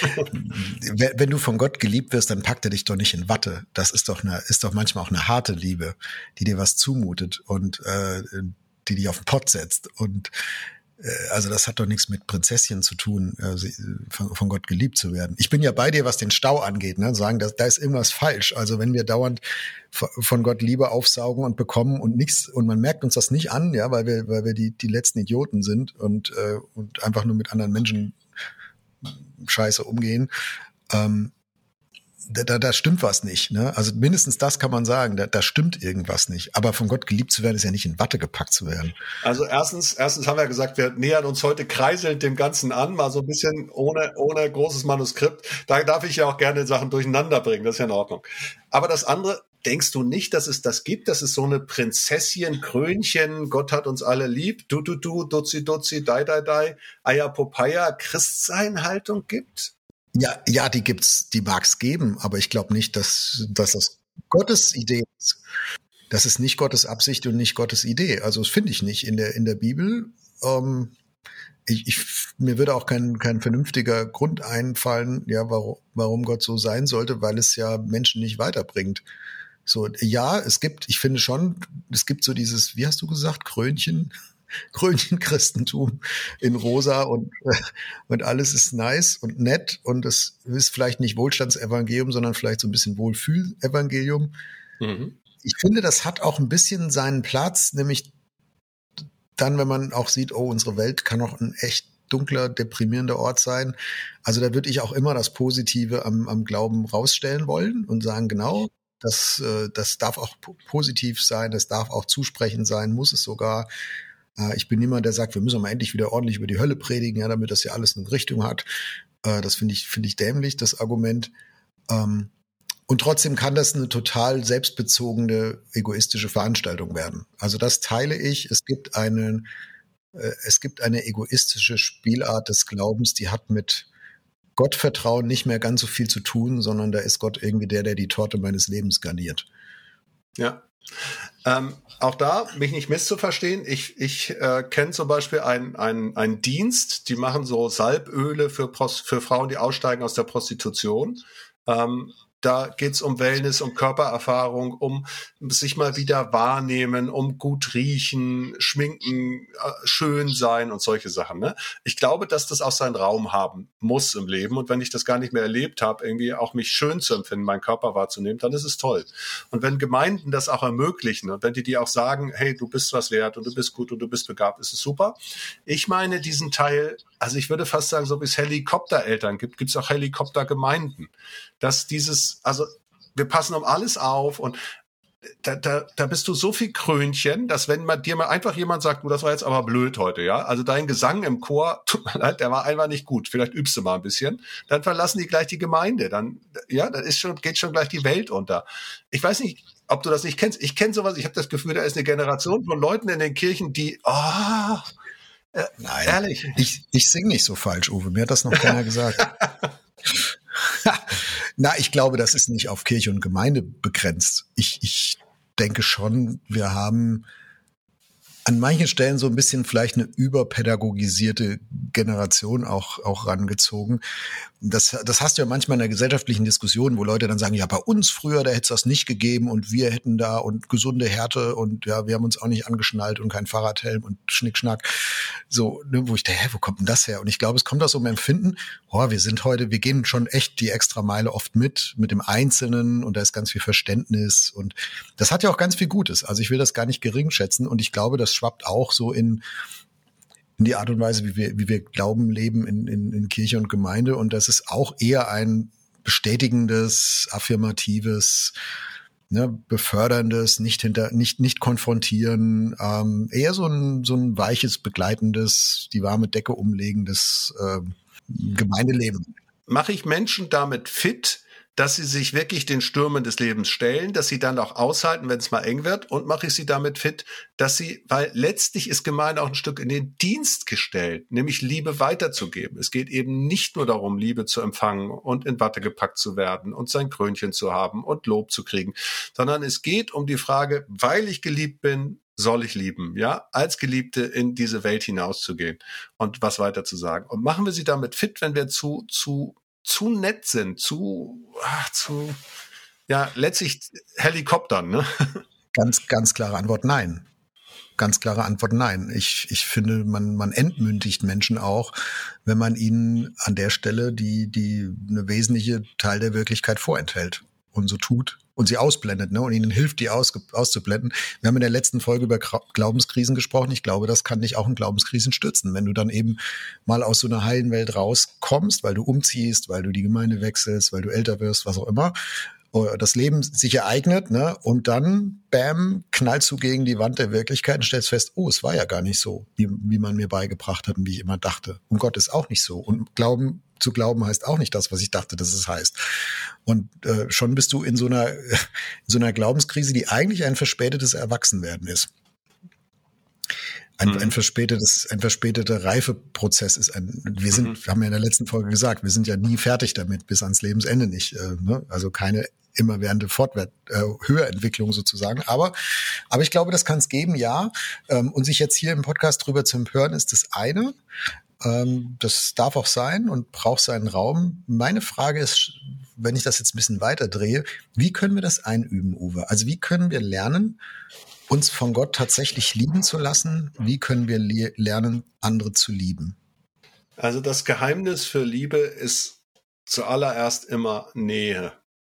wenn du von Gott geliebt wirst, dann packt er dich doch nicht in Watte. Das ist doch manchmal auch eine harte Liebe, die dir was zumutet und die dich auf den Pott setzt. Und also das hat doch nichts mit Prinzesschen zu tun, von Gott geliebt zu werden. Ich bin ja bei dir, was den Stau angeht, ne? Sagen, da ist irgendwas falsch. Also wenn wir dauernd von Gott Liebe aufsaugen und bekommen und nichts, und man merkt uns das nicht an, ja, weil wir die letzten Idioten sind und einfach nur mit anderen Menschen Scheiße umgehen, da stimmt was nicht. Ne? Also mindestens das kann man sagen, da stimmt irgendwas nicht. Aber von Gott geliebt zu werden, ist ja nicht in Watte gepackt zu werden. Also erstens haben wir ja gesagt, wir nähern uns heute kreiselnd dem Ganzen an, mal so ein bisschen ohne großes Manuskript. Da darf ich ja auch gerne Sachen durcheinander bringen, das ist ja in Ordnung. Aber das andere, denkst du nicht, dass es das gibt, dass es so eine Prinzesschen, Krönchen, Gott hat uns alle lieb, du, duzi, duzi, dai, Eier, Popeye, Christsein-Haltung gibt? Ja, die gibt's, die mag's geben, aber ich glaube nicht, dass das Gottes Idee ist. Das ist nicht Gottes Absicht und nicht Gottes Idee. Also das finde ich nicht in der Bibel. Mir würde auch kein vernünftiger Grund einfallen, ja, warum Gott so sein sollte, weil es ja Menschen nicht weiterbringt. So, ja, ich finde schon, es gibt so dieses, wie hast du gesagt, Krönchen-Christentum in rosa und alles ist nice und nett und es ist vielleicht nicht Wohlstandsevangelium, sondern vielleicht so ein bisschen Wohlfühlevangelium. Mhm. Ich finde, das hat auch ein bisschen seinen Platz, nämlich dann, wenn man auch sieht, oh, unsere Welt kann auch ein echt dunkler, deprimierender Ort sein. Also da würde ich auch immer das Positive am Glauben rausstellen wollen und sagen, genau, das darf auch positiv sein, das darf auch zusprechend sein, muss es sogar. Ich bin niemand, der sagt, wir müssen mal endlich wieder ordentlich über die Hölle predigen, ja, damit das ja alles eine Richtung hat. Das finde ich dämlich, das Argument. Und trotzdem kann das eine total selbstbezogene, egoistische Veranstaltung werden. Also das teile ich. Es gibt eine egoistische Spielart des Glaubens, die hat mit Gottvertrauen nicht mehr ganz so viel zu tun, sondern da ist Gott irgendwie der die Torte meines Lebens garniert. Ja. Auch da, mich nicht misszuverstehen, ich kenne zum Beispiel einen Dienst, die machen so Salböle für Frauen, die aussteigen aus der Prostitution. Da geht's um Wellness, um Körpererfahrung, um sich mal wieder wahrnehmen, um gut riechen, schminken, schön sein und solche Sachen. Ne? Ich glaube, dass das auch seinen Raum haben muss im Leben. Und wenn ich das gar nicht mehr erlebt habe, irgendwie auch mich schön zu empfinden, meinen Körper wahrzunehmen, dann ist es toll. Und wenn Gemeinden das auch ermöglichen und wenn die auch sagen, hey, du bist was wert und du bist gut und du bist begabt, ist es super. Ich meine diesen Teil, also ich würde fast sagen, so wie es Helikoptereltern gibt, gibt es auch Helikoptergemeinden. Dass also wir passen um alles auf und da bist du so viel Krönchen, dass wenn dir mal einfach jemand sagt, du, das war jetzt aber blöd heute, ja, also dein Gesang im Chor, tut mir leid, der war einfach nicht gut, vielleicht übst du mal ein bisschen, dann verlassen die gleich die Gemeinde, dann geht schon gleich die Welt unter. Ich weiß nicht, ob du das nicht kennst. Ich kenne sowas, ich habe das Gefühl, da ist eine Generation von Leuten in den Kirchen, die, nein, ehrlich. Ich singe nicht so falsch, Uwe, mir hat das noch keiner gesagt. Na, ich glaube, das ist nicht auf Kirche und Gemeinde begrenzt. Ich denke schon, wir haben an manchen Stellen so ein bisschen vielleicht eine überpädagogisierte Generation auch rangezogen. Das hast du ja manchmal in der gesellschaftlichen Diskussion, wo Leute dann sagen, ja, bei uns früher, da hätte es das nicht gegeben und wir hätten da und gesunde Härte und ja, wir haben uns auch nicht angeschnallt und kein Fahrradhelm und Schnickschnack. So, ne, wo ich dachte, wo kommt denn das her? Und ich glaube, es kommt aus so einem Empfinden, wir gehen schon echt die extra Meile oft mit dem Einzelnen und da ist ganz viel Verständnis und das hat ja auch ganz viel Gutes. Also ich will das gar nicht gering schätzen und ich glaube, das schwappt auch so in die Art und Weise, wie wir Glauben leben in Kirche und Gemeinde. Und das ist auch eher ein bestätigendes, affirmatives, ne, beförderndes, nicht konfrontieren, eher so ein weiches, begleitendes, die warme Decke umlegendes Gemeindeleben. Mache ich Menschen damit fit, dass sie sich wirklich den Stürmen des Lebens stellen, dass sie dann auch aushalten, wenn es mal eng wird, und mache ich sie damit fit, weil letztlich ist Gemeinde auch ein Stück in den Dienst gestellt, nämlich Liebe weiterzugeben. Es geht eben nicht nur darum, Liebe zu empfangen und in Watte gepackt zu werden und sein Krönchen zu haben und Lob zu kriegen, sondern es geht um die Frage, weil ich geliebt bin, soll ich lieben, ja, als Geliebte in diese Welt hinauszugehen und was weiter zu sagen. Und machen wir sie damit fit, wenn wir zu nett sind, letztlich Helikoptern, ne? Ganz klare Antwort, nein. Ganz klare Antwort, nein. Ich finde, man entmündigt Menschen auch, wenn man ihnen an der Stelle die eine wesentliche Teil der Wirklichkeit vorenthält und so tut und sie ausblendet, ne, und ihnen hilft, die auszublenden. Wir haben in der letzten Folge über Glaubenskrisen gesprochen. Ich glaube, das kann dich auch in Glaubenskrisen stützen, wenn du dann eben mal aus so einer heilen Welt rauskommst, weil du umziehst, weil du die Gemeinde wechselst, weil du älter wirst, was auch immer, das Leben sich ereignet, ne, und dann, bam, knallst du gegen die Wand der Wirklichkeit und stellst fest, oh, es war ja gar nicht so, wie man mir beigebracht hat und wie ich immer dachte. Und Gott ist auch nicht so. Und zu glauben heißt auch nicht das, was ich dachte, dass es heißt. Und schon bist du in so einer Glaubenskrise, die eigentlich ein verspätetes Erwachsenwerden ist. Ein verspäteter Reifeprozess ist wir haben ja in der letzten Folge gesagt, wir sind ja nie fertig damit, bis ans Lebensende nicht, ne? Also keine immerwährende Höherentwicklung sozusagen. Aber ich glaube, das kann es geben, ja. Und sich jetzt hier im Podcast drüber zu empören, ist das eine. Das darf auch sein und braucht seinen Raum. Meine Frage ist, wenn ich das jetzt ein bisschen weiter drehe, wie können wir das einüben, Uwe? Also wie können wir lernen, uns von Gott tatsächlich lieben zu lassen? Wie können wir lernen, andere zu lieben? Also das Geheimnis für Liebe ist zuallererst immer Nähe.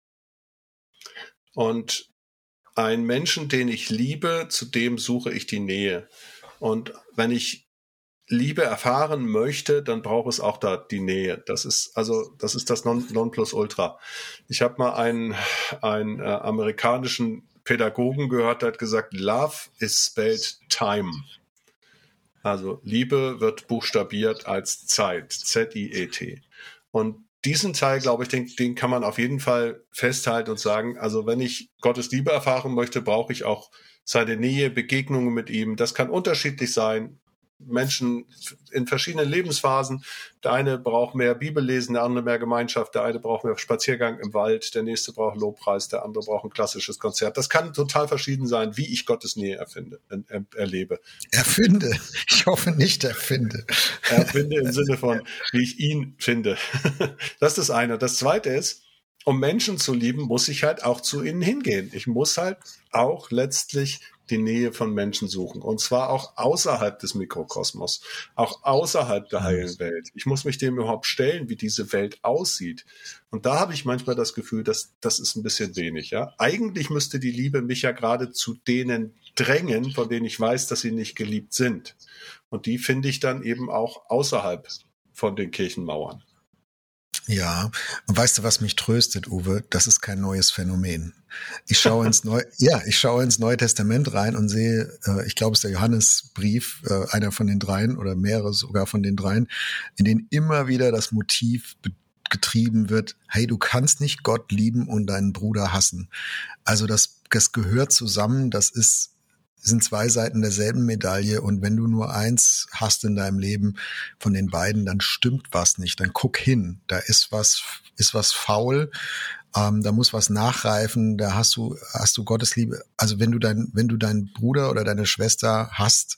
Und einen Menschen, den ich liebe, zu dem suche ich die Nähe. Und wenn ich Liebe erfahren möchte, dann braucht es auch da die Nähe. Das ist das Nonplusultra. Ich habe mal einen amerikanischen Pädagogen gehört, der hat gesagt, Love is spelled time. Also Liebe wird buchstabiert als Zeit, Z-I-E-T. Und diesen Teil, glaube ich, den kann man auf jeden Fall festhalten und sagen, also wenn ich Gottes Liebe erfahren möchte, brauche ich auch seine Nähe, Begegnungen mit ihm. Das kann unterschiedlich sein. Menschen in verschiedenen Lebensphasen. Der eine braucht mehr Bibellesen, der andere mehr Gemeinschaft, der eine braucht mehr Spaziergang im Wald, der nächste braucht Lobpreis, der andere braucht ein klassisches Konzert. Das kann total verschieden sein, wie ich Gottes Nähe erlebe. Erfinde. Ich hoffe nicht erfinde. Erfinde im Sinne von, wie ich ihn finde. Das ist das eine. Das zweite ist, um Menschen zu lieben, muss ich halt auch zu ihnen hingehen. Ich muss halt auch letztlich die Nähe von Menschen suchen. Und zwar auch außerhalb des Mikrokosmos, auch außerhalb der heilen Welt. Ich muss mich dem überhaupt stellen, wie diese Welt aussieht. Und da habe ich manchmal das Gefühl, dass das ist ein bisschen wenig. Ja? Eigentlich müsste die Liebe mich ja gerade zu denen drängen, von denen ich weiß, dass sie nicht geliebt sind. Und die finde ich dann eben auch außerhalb von den Kirchenmauern. Ja, und weißt du, was mich tröstet, Uwe? Das ist kein neues Phänomen. Ich schaue ins Neue Testament rein und sehe, ich glaube, es ist der Johannesbrief, einer von den dreien oder mehrere sogar von den dreien, in denen immer wieder das Motiv getrieben wird, hey, du kannst nicht Gott lieben und deinen Bruder hassen. Also das gehört zusammen, sind zwei Seiten derselben Medaille, und wenn du nur eins hast in deinem Leben von den beiden, dann stimmt was nicht. Dann guck hin, da ist was faul, da muss was nachreifen, da hast du Gottes Liebe. Also wenn du deinen Bruder oder deine Schwester hast,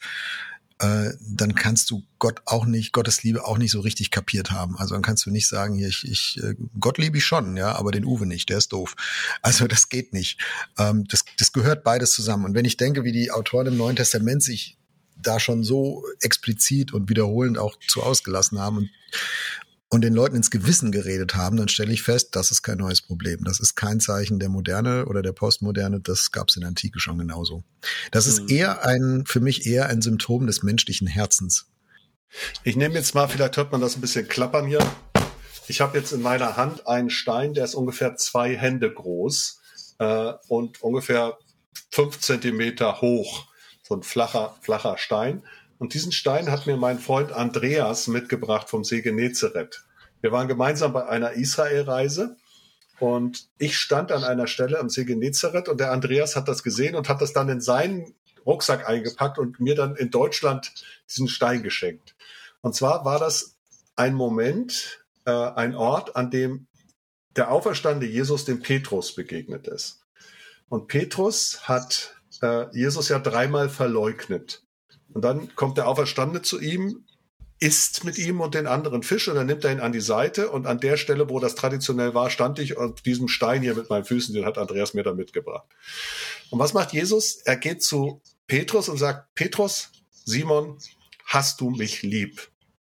dann kannst du Gottes Liebe auch nicht so richtig kapiert haben. Also dann kannst du nicht sagen, hier, Gott liebe ich schon, ja, aber den Uwe nicht, der ist doof. Also das geht nicht. Das gehört beides zusammen. Und wenn ich denke, wie die Autoren im Neuen Testament sich da schon so explizit und wiederholend auch zu ausgelassen haben und den Leuten ins Gewissen geredet haben, dann stelle ich fest, das ist kein neues Problem. Das ist kein Zeichen der Moderne oder der Postmoderne. Das gab es in der Antike schon genauso. Das ist für mich eher ein Symptom des menschlichen Herzens. Ich nehme jetzt mal, vielleicht hört man das ein bisschen klappern hier. Ich habe jetzt in meiner Hand einen Stein, der ist ungefähr 2 Hände groß und ungefähr 5 Zentimeter hoch. So ein flacher Stein. Und diesen Stein hat mir mein Freund Andreas mitgebracht vom See Genezareth. Wir waren gemeinsam bei einer Israelreise und ich stand an einer Stelle am See Genezareth und der Andreas hat das gesehen und hat das dann in seinen Rucksack eingepackt und mir dann in Deutschland diesen Stein geschenkt. Und zwar war das ein Moment, ein Ort, an dem der auferstandene Jesus dem Petrus begegnet ist. Und Petrus hat Jesus ja 3-mal verleugnet. Und dann kommt der Auferstandene zu ihm, isst mit ihm und den anderen Fisch und dann nimmt er ihn an die Seite und an der Stelle, wo das traditionell war, stand ich auf diesem Stein hier mit meinen Füßen, den hat Andreas mir dann mitgebracht. Und was macht Jesus? Er geht zu Petrus und sagt, Petrus, Simon, hast du mich lieb?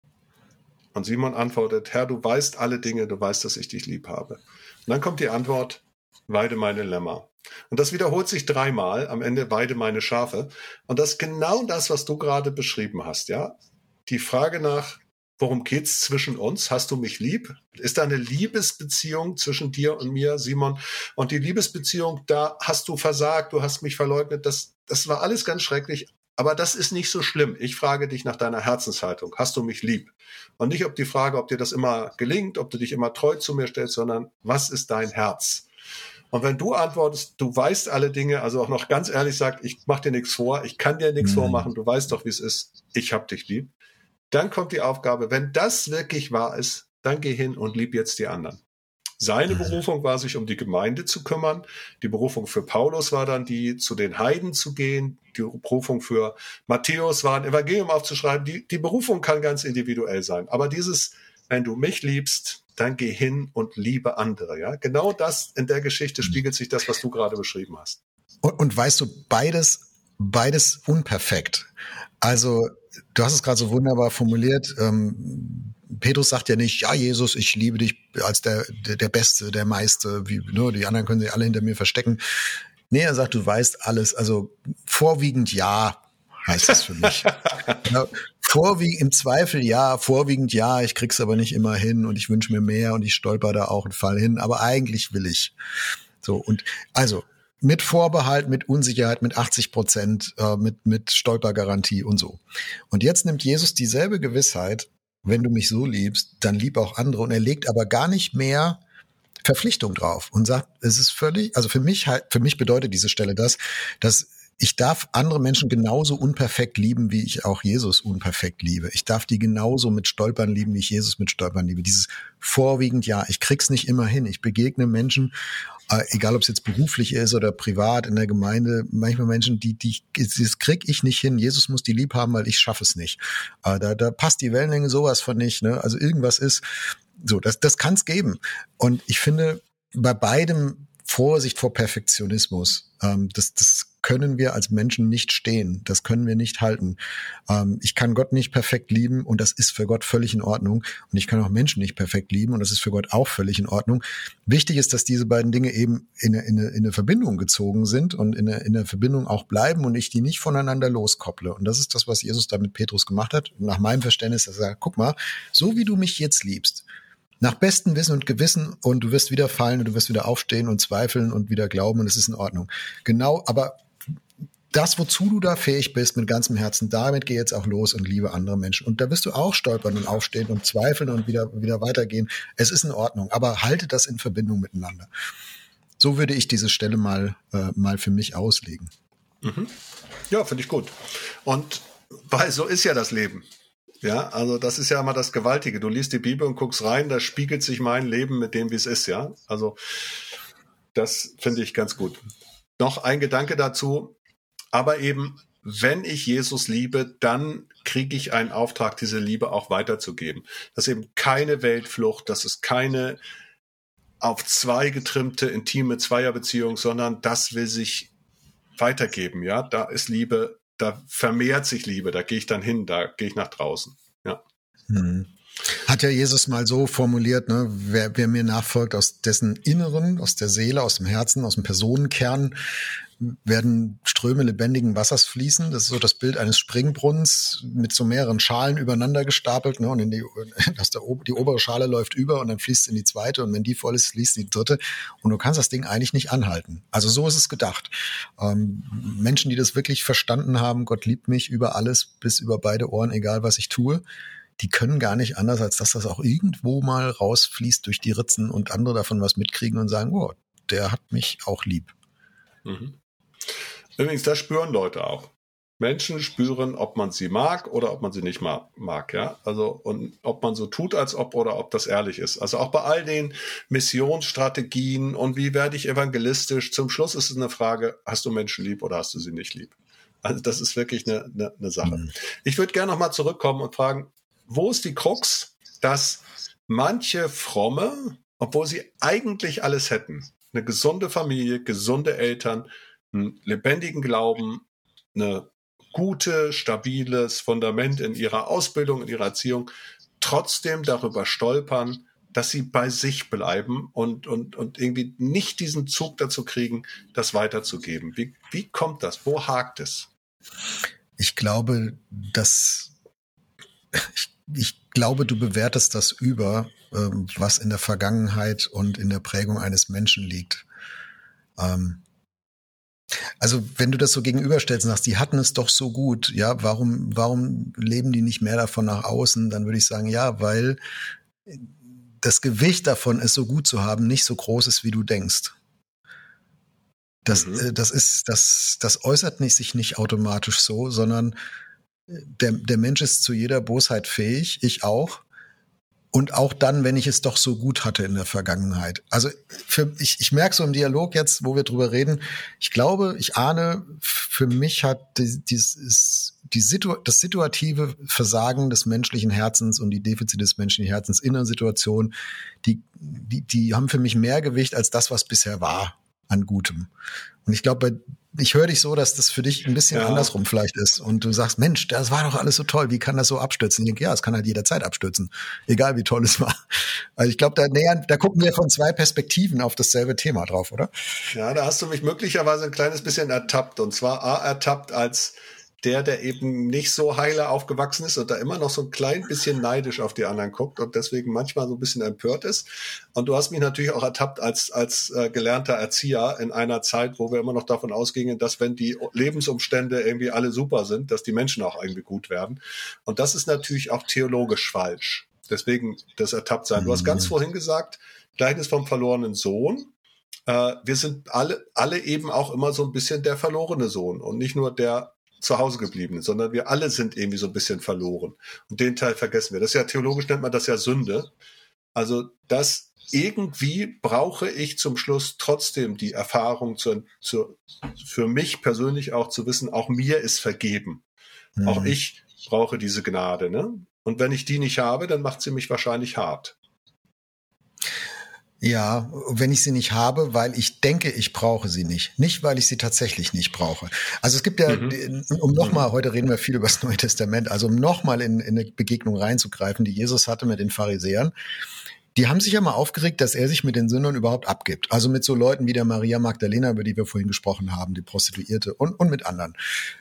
Und Simon antwortet, Herr, du weißt alle Dinge, du weißt, dass ich dich lieb habe. Und dann kommt die Antwort, weide meine Lämmer. Und das wiederholt sich 3-mal, am Ende weide meine Schafe. Und das ist genau das, was du gerade beschrieben hast, ja. Die Frage nach, worum geht's zwischen uns? Hast du mich lieb? Ist da eine Liebesbeziehung zwischen dir und mir, Simon? Und die Liebesbeziehung, da hast du versagt, du hast mich verleugnet, das war alles ganz schrecklich. Aber das ist nicht so schlimm. Ich frage dich nach deiner Herzenshaltung. Hast du mich lieb? Und nicht die Frage, ob dir das immer gelingt, ob du dich immer treu zu mir stellst, sondern was ist dein Herz? Und wenn du antwortest, du weißt alle Dinge, also auch noch ganz ehrlich sagt, ich mach dir nichts vor, ich kann dir nichts vormachen, du weißt doch, wie es ist, ich hab dich lieb. Dann kommt die Aufgabe, wenn das wirklich wahr ist, dann geh hin und lieb jetzt die anderen. Seine Berufung war, sich um die Gemeinde zu kümmern. Die Berufung für Paulus war dann die, zu den Heiden zu gehen. Die Berufung für Matthäus war, ein Evangelium aufzuschreiben. Die Berufung kann ganz individuell sein. Aber dieses, wenn du mich liebst, dann geh hin und liebe andere. Ja, genau das in der Geschichte spiegelt sich das, was du gerade beschrieben hast. Und weißt du, beides unperfekt. Also, du hast es gerade so wunderbar formuliert. Petrus sagt ja nicht, ja, Jesus, ich liebe dich als der Beste, der Meiste, die anderen können sich alle hinter mir verstecken. Nee, er sagt, du weißt alles. Also, vorwiegend ja, heißt es für mich. Ja, im Zweifel ja, vorwiegend ja, ich krieg's aber nicht immer hin und ich wünsche mir mehr und ich stolper da auch einen Fall hin, aber eigentlich will ich. So, und also mit Vorbehalt, mit Unsicherheit, mit 80%, mit Stolpergarantie und so. Und jetzt nimmt Jesus dieselbe Gewissheit, wenn du mich so liebst, dann lieb auch andere, und er legt aber gar nicht mehr Verpflichtung drauf und sagt, es ist völlig, also für mich bedeutet diese Stelle das, dass ich darf andere Menschen genauso unperfekt lieben, wie ich auch Jesus unperfekt liebe. Ich darf die genauso mit Stolpern lieben, wie ich Jesus mit Stolpern liebe. Dieses vorwiegend, ja, ich krieg's nicht immer hin. Ich begegne Menschen, egal ob es jetzt beruflich ist oder privat in der Gemeinde, manchmal Menschen, das krieg ich nicht hin. Jesus muss die lieb haben, weil ich schaffe es nicht. Da passt die Wellenlänge sowas von nicht. Ne? Also irgendwas ist so, das kann es geben. Und ich finde, bei beidem Vorsicht vor Perfektionismus. Das können wir als Menschen nicht stehen. Das können wir nicht halten. Ich kann Gott nicht perfekt lieben und das ist für Gott völlig in Ordnung. Und ich kann auch Menschen nicht perfekt lieben und das ist für Gott auch völlig in Ordnung. Wichtig ist, dass diese beiden Dinge eben in eine Verbindung gezogen sind und in der Verbindung auch bleiben und ich die nicht voneinander loskopple. Und das ist das, was Jesus da mit Petrus gemacht hat. Und nach meinem Verständnis, dass er sagt, guck mal, so wie du mich jetzt liebst, nach bestem Wissen und Gewissen, und du wirst wieder fallen und du wirst wieder aufstehen und zweifeln und wieder glauben und es ist in Ordnung. Genau, aber das, wozu du da fähig bist, mit ganzem Herzen, damit geh jetzt auch los und liebe andere Menschen. Und da wirst du auch stolpern und aufstehen und zweifeln und wieder weitergehen. Es ist in Ordnung, aber halte das in Verbindung miteinander. So würde ich diese Stelle mal für mich auslegen. Mhm. Ja, finde ich gut. Und weil so ist ja das Leben. Ja, also das ist ja immer das Gewaltige. Du liest die Bibel und guckst rein, da spiegelt sich mein Leben mit dem, wie es ist, ja. Also das finde ich ganz gut. Noch ein Gedanke dazu, aber eben, wenn ich Jesus liebe, dann kriege ich einen Auftrag, diese Liebe auch weiterzugeben. Das ist eben keine Weltflucht, das ist keine auf zwei getrimmte, intime Zweierbeziehung, sondern das will sich weitergeben, ja. Da ist Liebe, da vermehrt sich Liebe, da gehe ich dann hin, da gehe ich nach draußen. Ja. Hat ja Jesus mal so formuliert, ne, wer mir nachfolgt, aus dessen Inneren, aus der Seele, aus dem Herzen, aus dem Personenkern werden Ströme lebendigen Wassers fließen. Das ist so das Bild eines Springbrunnens mit so mehreren Schalen übereinander gestapelt, ne, und die obere Schale läuft über und dann fließt es in die zweite und wenn die voll ist, fließt die dritte und du kannst das Ding eigentlich nicht anhalten. Also so ist es gedacht. Menschen, die das wirklich verstanden haben, Gott liebt mich über alles, bis über beide Ohren, egal was ich tue, die können gar nicht anders, als dass das auch irgendwo mal rausfließt durch die Ritzen und andere davon was mitkriegen und sagen, oh, der hat mich auch lieb. Mhm. Übrigens, das spüren Leute auch. Menschen spüren, ob man sie mag oder ob man sie nicht mag, ja. Also, und ob man so tut, als ob oder ob das ehrlich ist. Also auch bei all den Missionsstrategien und wie werde ich evangelistisch, zum Schluss ist es eine Frage, hast du Menschen lieb oder hast du sie nicht lieb? Also das ist wirklich eine Sache. Mhm. Ich würde gerne nochmal zurückkommen und fragen, wo ist die Krux, dass manche Fromme, obwohl sie eigentlich alles hätten, eine gesunde Familie, gesunde Eltern, einen lebendigen Glauben, eine gute, stabiles Fundament in ihrer Ausbildung, in ihrer Erziehung, trotzdem darüber stolpern, dass sie bei sich bleiben und irgendwie nicht diesen Zug dazu kriegen, das weiterzugeben. Wie kommt das? Wo hakt es? Ich glaube, ich glaube, du bewertest das über, was in der Vergangenheit und in der Prägung eines Menschen liegt. Also wenn du das so gegenüberstellst und sagst, die hatten es doch so gut, ja, warum leben die nicht mehr davon nach außen? Dann würde ich sagen, ja, weil das Gewicht davon, es so gut zu haben, nicht so groß ist, wie du denkst. Das äußert sich nicht automatisch so, sondern der Mensch ist zu jeder Bosheit fähig, ich auch. Und auch dann, wenn ich es doch so gut hatte in der Vergangenheit. Also ich merke so im Dialog jetzt, wo wir drüber reden, ich glaube, ich ahne, für mich hat das situative Versagen des menschlichen Herzens und die Defizite des menschlichen Herzens in einer Situation, die haben für mich mehr Gewicht als das, was bisher war an Gutem. Und ich glaube, ich höre dich so, dass das für dich ein bisschen andersrum vielleicht ist. Und du sagst, Mensch, das war doch alles so toll. Wie kann das so abstürzen? Ich denke, ja, es kann halt jederzeit abstürzen. Egal, wie toll es war. Also ich glaube, da gucken wir von zwei Perspektiven auf dasselbe Thema drauf, oder? Ja, da hast du mich möglicherweise ein kleines bisschen ertappt. Und zwar ertappt als der eben nicht so heile aufgewachsen ist und da immer noch so ein klein bisschen neidisch auf die anderen guckt und deswegen manchmal so ein bisschen empört ist. Und du hast mich natürlich auch ertappt als gelernter Erzieher in einer Zeit, wo wir immer noch davon ausgingen, dass wenn die Lebensumstände irgendwie alle super sind, dass die Menschen auch irgendwie gut werden. Und das ist natürlich auch theologisch falsch. Deswegen das Ertapptsein. Du hast ganz vorhin gesagt, Gleichnis vom verlorenen Sohn. Wir sind alle eben auch immer so ein bisschen der verlorene Sohn und nicht nur der zu Hause geblieben, sondern wir alle sind irgendwie so ein bisschen verloren. Und den Teil vergessen wir. Das ist ja theologisch, nennt man das ja Sünde. Also das irgendwie brauche ich zum Schluss trotzdem die Erfahrung für mich persönlich auch zu wissen, auch mir ist vergeben. Auch ich brauche diese Gnade. Ne? Und wenn ich die nicht habe, dann macht sie mich wahrscheinlich hart. Ja, wenn ich sie nicht habe, weil ich denke, ich brauche sie nicht. Nicht, weil ich sie tatsächlich nicht brauche. Also es gibt ja, heute reden wir viel über das Neue Testament, also um nochmal in eine Begegnung reinzugreifen, die Jesus hatte mit den Pharisäern. Die haben sich ja mal aufgeregt, dass er sich mit den Sündern überhaupt abgibt. Also mit so Leuten wie der Maria Magdalena, über die wir vorhin gesprochen haben, die Prostituierte und mit anderen.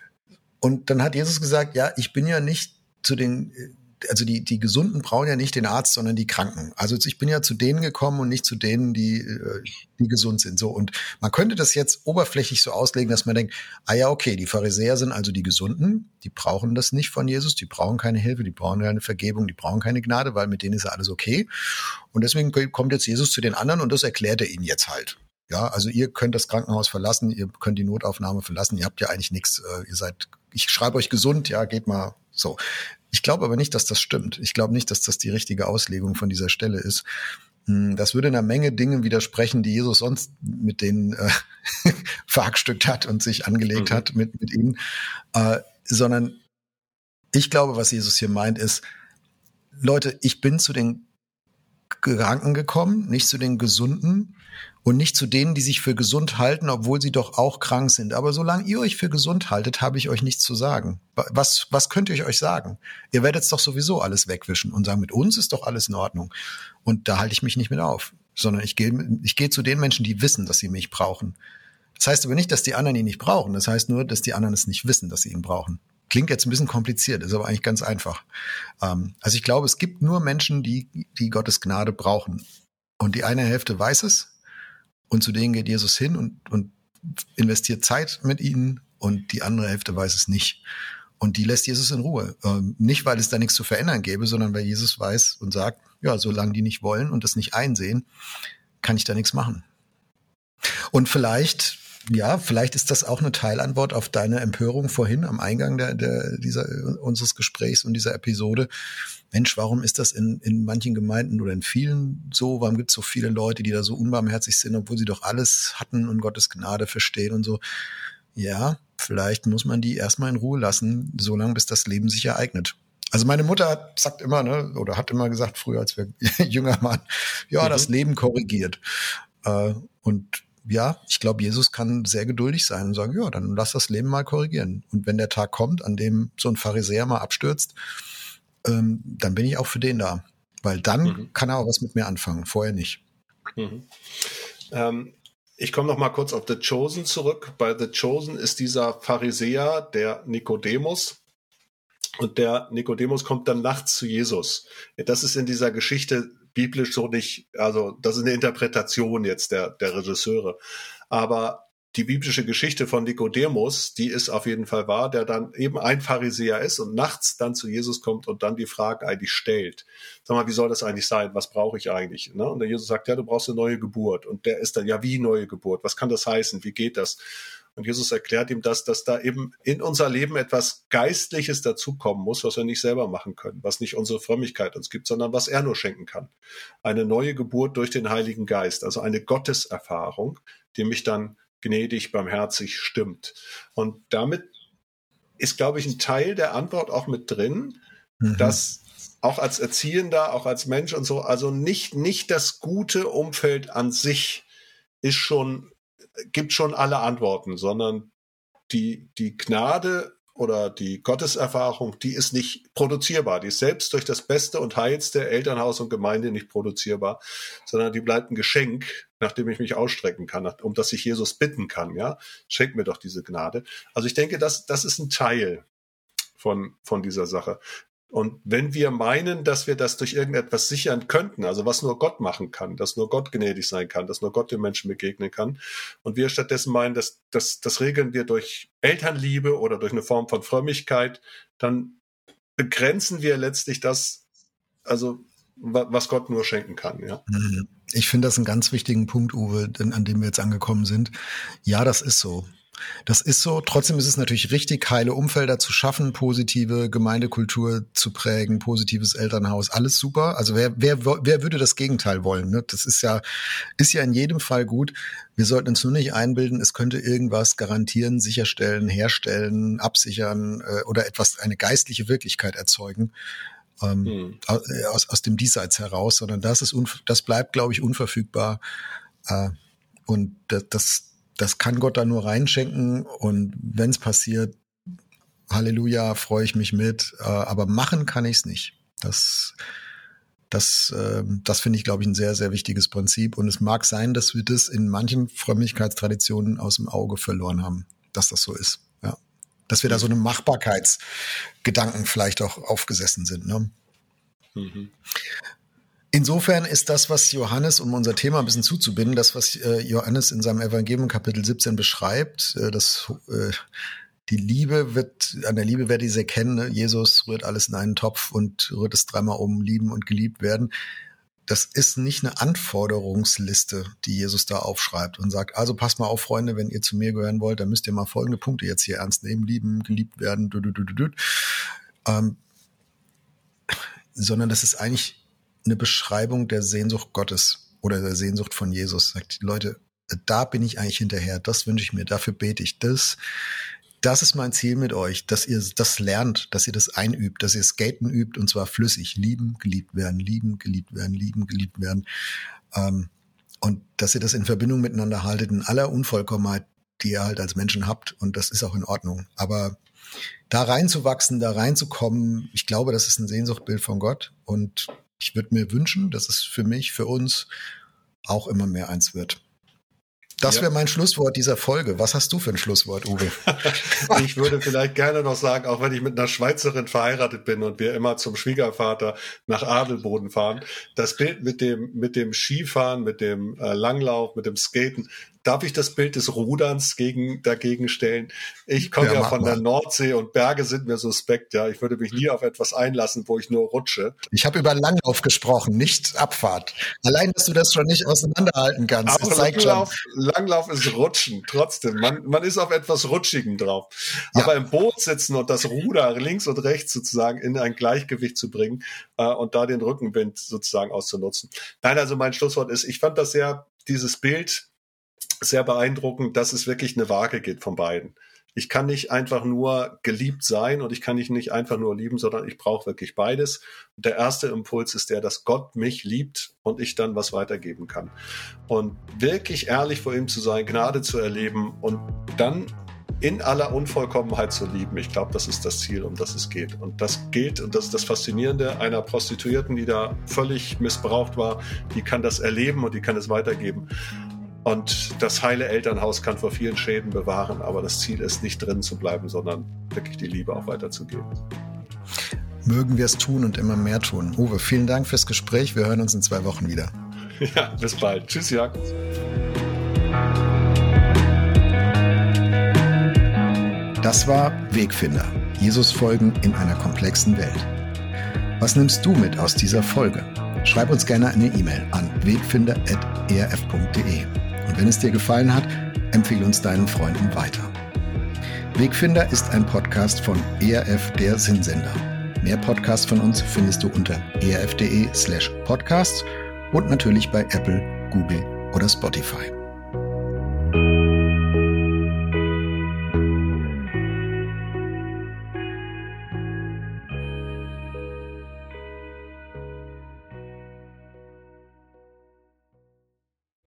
Und dann hat Jesus gesagt, ja, ich bin ja nicht zu den... Also die Gesunden brauchen ja nicht den Arzt, sondern die Kranken. Also ich bin ja zu denen gekommen und nicht zu denen, die gesund sind. So, und man könnte das jetzt oberflächlich so auslegen, dass man denkt, ja, okay, die Pharisäer sind also die Gesunden, die brauchen das nicht von Jesus, die brauchen keine Hilfe, die brauchen keine Vergebung, die brauchen keine Gnade, weil mit denen ist ja alles okay. Und deswegen kommt jetzt Jesus zu den anderen und das erklärt er ihnen jetzt halt. Ja, also ihr könnt das Krankenhaus verlassen, ihr könnt die Notaufnahme verlassen, ihr habt ja eigentlich nichts, ich schreibe euch gesund, ja, geht mal so. Ich glaube aber nicht, dass das stimmt. Ich glaube nicht, dass das die richtige Auslegung von dieser Stelle ist. Das würde einer Menge Dinge widersprechen, die Jesus sonst mit denen verhackstückt hat und sich angelegt hat mit ihnen. Sondern ich glaube, was Jesus hier meint, ist, Leute, ich bin zu den Kranken gekommen, nicht zu den Gesunden und nicht zu denen, die sich für gesund halten, obwohl sie doch auch krank sind. Aber solange ihr euch für gesund haltet, habe ich euch nichts zu sagen. Was könnt ihr euch sagen? Ihr werdet es doch sowieso alles wegwischen und sagen, mit uns ist doch alles in Ordnung. Und da halte ich mich nicht mit auf, sondern ich gehe zu den Menschen, die wissen, dass sie mich brauchen. Das heißt aber nicht, dass die anderen ihn nicht brauchen. Das heißt nur, dass die anderen es nicht wissen, dass sie ihn brauchen. Klingt jetzt ein bisschen kompliziert, ist aber eigentlich ganz einfach. Also ich glaube, es gibt nur Menschen, die Gottes Gnade brauchen. Und die eine Hälfte weiß es und zu denen geht Jesus hin und investiert Zeit mit ihnen und die andere Hälfte weiß es nicht. Und die lässt Jesus in Ruhe. Nicht, weil es da nichts zu verändern gäbe, sondern weil Jesus weiß und sagt, ja, solange die nicht wollen und das nicht einsehen, kann ich da nichts machen. Und vielleicht ist das auch eine Teilantwort auf deine Empörung vorhin am Eingang unseres Gesprächs und dieser Episode. Mensch, warum ist das in manchen Gemeinden oder in vielen so? Warum gibt es so viele Leute, die da so unbarmherzig sind, obwohl sie doch alles hatten und Gottes Gnade verstehen und so? Ja, vielleicht muss man die erstmal in Ruhe lassen, solange bis das Leben sich ereignet. Also meine Mutter sagt immer, hat immer gesagt, früher, als wir jünger waren, ja, das Leben korrigiert. Und ja, ich glaube, Jesus kann sehr geduldig sein und sagen, ja, dann lass das Leben mal korrigieren. Und wenn der Tag kommt, an dem so ein Pharisäer mal abstürzt, dann bin ich auch für den da. Weil dann kann er auch was mit mir anfangen, vorher nicht. Ich komme noch mal kurz auf The Chosen zurück. Bei The Chosen ist dieser Pharisäer, der Nikodemus. Und der Nikodemus kommt dann nachts zu Jesus. Das ist in dieser Geschichte biblisch so nicht, also das ist eine Interpretation jetzt der Regisseure. Aber die biblische Geschichte von Nikodemus, die ist auf jeden Fall wahr, der dann eben ein Pharisäer ist und nachts dann zu Jesus kommt und dann die Frage eigentlich stellt. Sag mal, wie soll das eigentlich sein? Was brauche ich eigentlich? Ne? Und der Jesus sagt, ja, du brauchst eine neue Geburt. Und der ist dann, ja, wie neue Geburt? Was kann das heißen? Wie geht das? Und Jesus erklärt ihm dass da eben in unser Leben etwas Geistliches dazukommen muss, was wir nicht selber machen können, was nicht unsere Frömmigkeit uns gibt, sondern was er nur schenken kann. Eine neue Geburt durch den Heiligen Geist, also eine Gotteserfahrung, die mich dann gnädig, barmherzig stimmt. Und damit ist, glaube ich, ein Teil der Antwort auch mit drin, dass auch als Erziehender, auch als Mensch und so, also nicht das gute Umfeld an sich gibt schon alle Antworten, sondern die Gnade oder die Gotteserfahrung, die ist nicht produzierbar. Die ist selbst durch das beste und heilste Elternhaus und Gemeinde nicht produzierbar, sondern die bleibt ein Geschenk, nach dem ich mich ausstrecken kann, um das ich Jesus bitten kann. Ja, schenk mir doch diese Gnade. Also ich denke, das ist ein Teil von dieser Sache. Und wenn wir meinen, dass wir das durch irgendetwas sichern könnten, also was nur Gott machen kann, dass nur Gott gnädig sein kann, dass nur Gott den Menschen begegnen kann, und wir stattdessen meinen, dass das regeln wir durch Elternliebe oder durch eine Form von Frömmigkeit, dann begrenzen wir letztlich das, also was Gott nur schenken kann. Ja. Ich finde das einen ganz wichtigen Punkt, Uwe, an dem wir jetzt angekommen sind. Ja, das ist so. Das ist so. Trotzdem ist es natürlich richtig, heile Umfelder zu schaffen, positive Gemeindekultur zu prägen, positives Elternhaus, alles super. Also wer würde das Gegenteil wollen? Ne? Das ist ja in jedem Fall gut. Wir sollten uns nur nicht einbilden, es könnte irgendwas garantieren, sicherstellen, herstellen, absichern oder eine geistliche Wirklichkeit erzeugen. Aus dem Diesseits heraus, sondern das bleibt, glaube ich, unverfügbar. Und das kann Gott da nur reinschenken. Und wenn es passiert, Halleluja, freue ich mich mit. Aber machen kann ich es nicht. Das finde ich, glaube ich, ein sehr, sehr wichtiges Prinzip. Und es mag sein, dass wir das in manchen Frömmigkeitstraditionen aus dem Auge verloren haben, dass das so ist. Ja. Dass wir da so eine Machbarkeitsgedanken vielleicht auch aufgesessen sind. Ne? Insofern ist das, was Johannes, um unser Thema ein bisschen zuzubinden, das, was Johannes in seinem Evangelium Kapitel 17 beschreibt, dass die Liebe an der Liebe werdet ihr sie erkennen, ne? Jesus rührt alles in einen Topf und rührt es dreimal um, lieben und geliebt werden. Das ist nicht eine Anforderungsliste, die Jesus da aufschreibt und sagt, also passt mal auf, Freunde, wenn ihr zu mir gehören wollt, dann müsst ihr mal folgende Punkte jetzt hier ernst nehmen, lieben, geliebt werden, sondern das ist eigentlich eine Beschreibung der Sehnsucht Gottes oder der Sehnsucht von Jesus. Sagt, Leute, da bin ich eigentlich hinterher, das wünsche ich mir, dafür bete ich. Das ist mein Ziel mit euch, dass ihr das lernt, dass ihr das einübt, dass ihr Skaten übt und zwar flüssig. Lieben, geliebt werden, lieben, geliebt werden, lieben, geliebt werden. Und dass ihr das in Verbindung miteinander haltet in aller Unvollkommenheit, die ihr halt als Menschen habt. Und das ist auch in Ordnung. Aber da reinzuwachsen, da reinzukommen, ich glaube, das ist ein Sehnsuchtbild von Gott. Und ich würde mir wünschen, dass es für mich, für uns auch immer mehr eins wird. Das wäre mein Schlusswort dieser Folge. Was hast du für ein Schlusswort, Uwe? Ich würde vielleicht gerne noch sagen, auch wenn ich mit einer Schweizerin verheiratet bin und wir immer zum Schwiegervater nach Adelboden fahren, das Bild mit dem Skifahren, mit dem Langlauf, mit dem Skaten, darf ich das Bild des Ruderns dagegen stellen? Ich komme ja von der Nordsee und Berge sind mir suspekt. Ja, ich würde mich nie auf etwas einlassen, wo ich nur rutsche. Ich habe über Langlauf gesprochen, nicht Abfahrt. Allein, dass du das schon nicht auseinanderhalten kannst. Aber Langlauf ist Rutschen, trotzdem. Man ist auf etwas Rutschigem drauf. Ja. Aber im Boot sitzen und das Ruder links und rechts sozusagen in ein Gleichgewicht zu bringen und da den Rückenwind sozusagen auszunutzen. Nein, also mein Schlusswort ist, ich fand dieses Bild sehr beeindruckend, dass es wirklich eine Waage geht von beiden. Ich kann nicht einfach nur geliebt sein und ich kann nicht einfach nur lieben, sondern ich brauche wirklich beides. Und der erste Impuls ist dass Gott mich liebt und ich dann was weitergeben kann. Und wirklich ehrlich vor ihm zu sein, Gnade zu erleben und dann in aller Unvollkommenheit zu lieben. Ich glaube, das ist das Ziel, um das es geht. Und das gilt, und das ist das Faszinierende, einer Prostituierten, die da völlig missbraucht war, die kann das erleben und die kann es weitergeben. Und das heile Elternhaus kann vor vielen Schäden bewahren, aber das Ziel ist, nicht drin zu bleiben, sondern wirklich die Liebe auch weiterzugeben. Mögen wir es tun und immer mehr tun. Uwe, vielen Dank fürs Gespräch. Wir hören uns in 2 Wochen wieder. Ja, bis bald. Tschüss, Jörg. Das war Wegfinder. Jesus folgen in einer komplexen Welt. Was nimmst du mit aus dieser Folge? Schreib uns gerne eine E-Mail an wegfinder@erf.de. Und wenn es dir gefallen hat, empfehle uns deinen Freunden weiter. Wegfinder ist ein Podcast von ERF, der Sinnsender. Mehr Podcasts von uns findest du unter erf.de/podcasts und natürlich bei Apple, Google oder Spotify.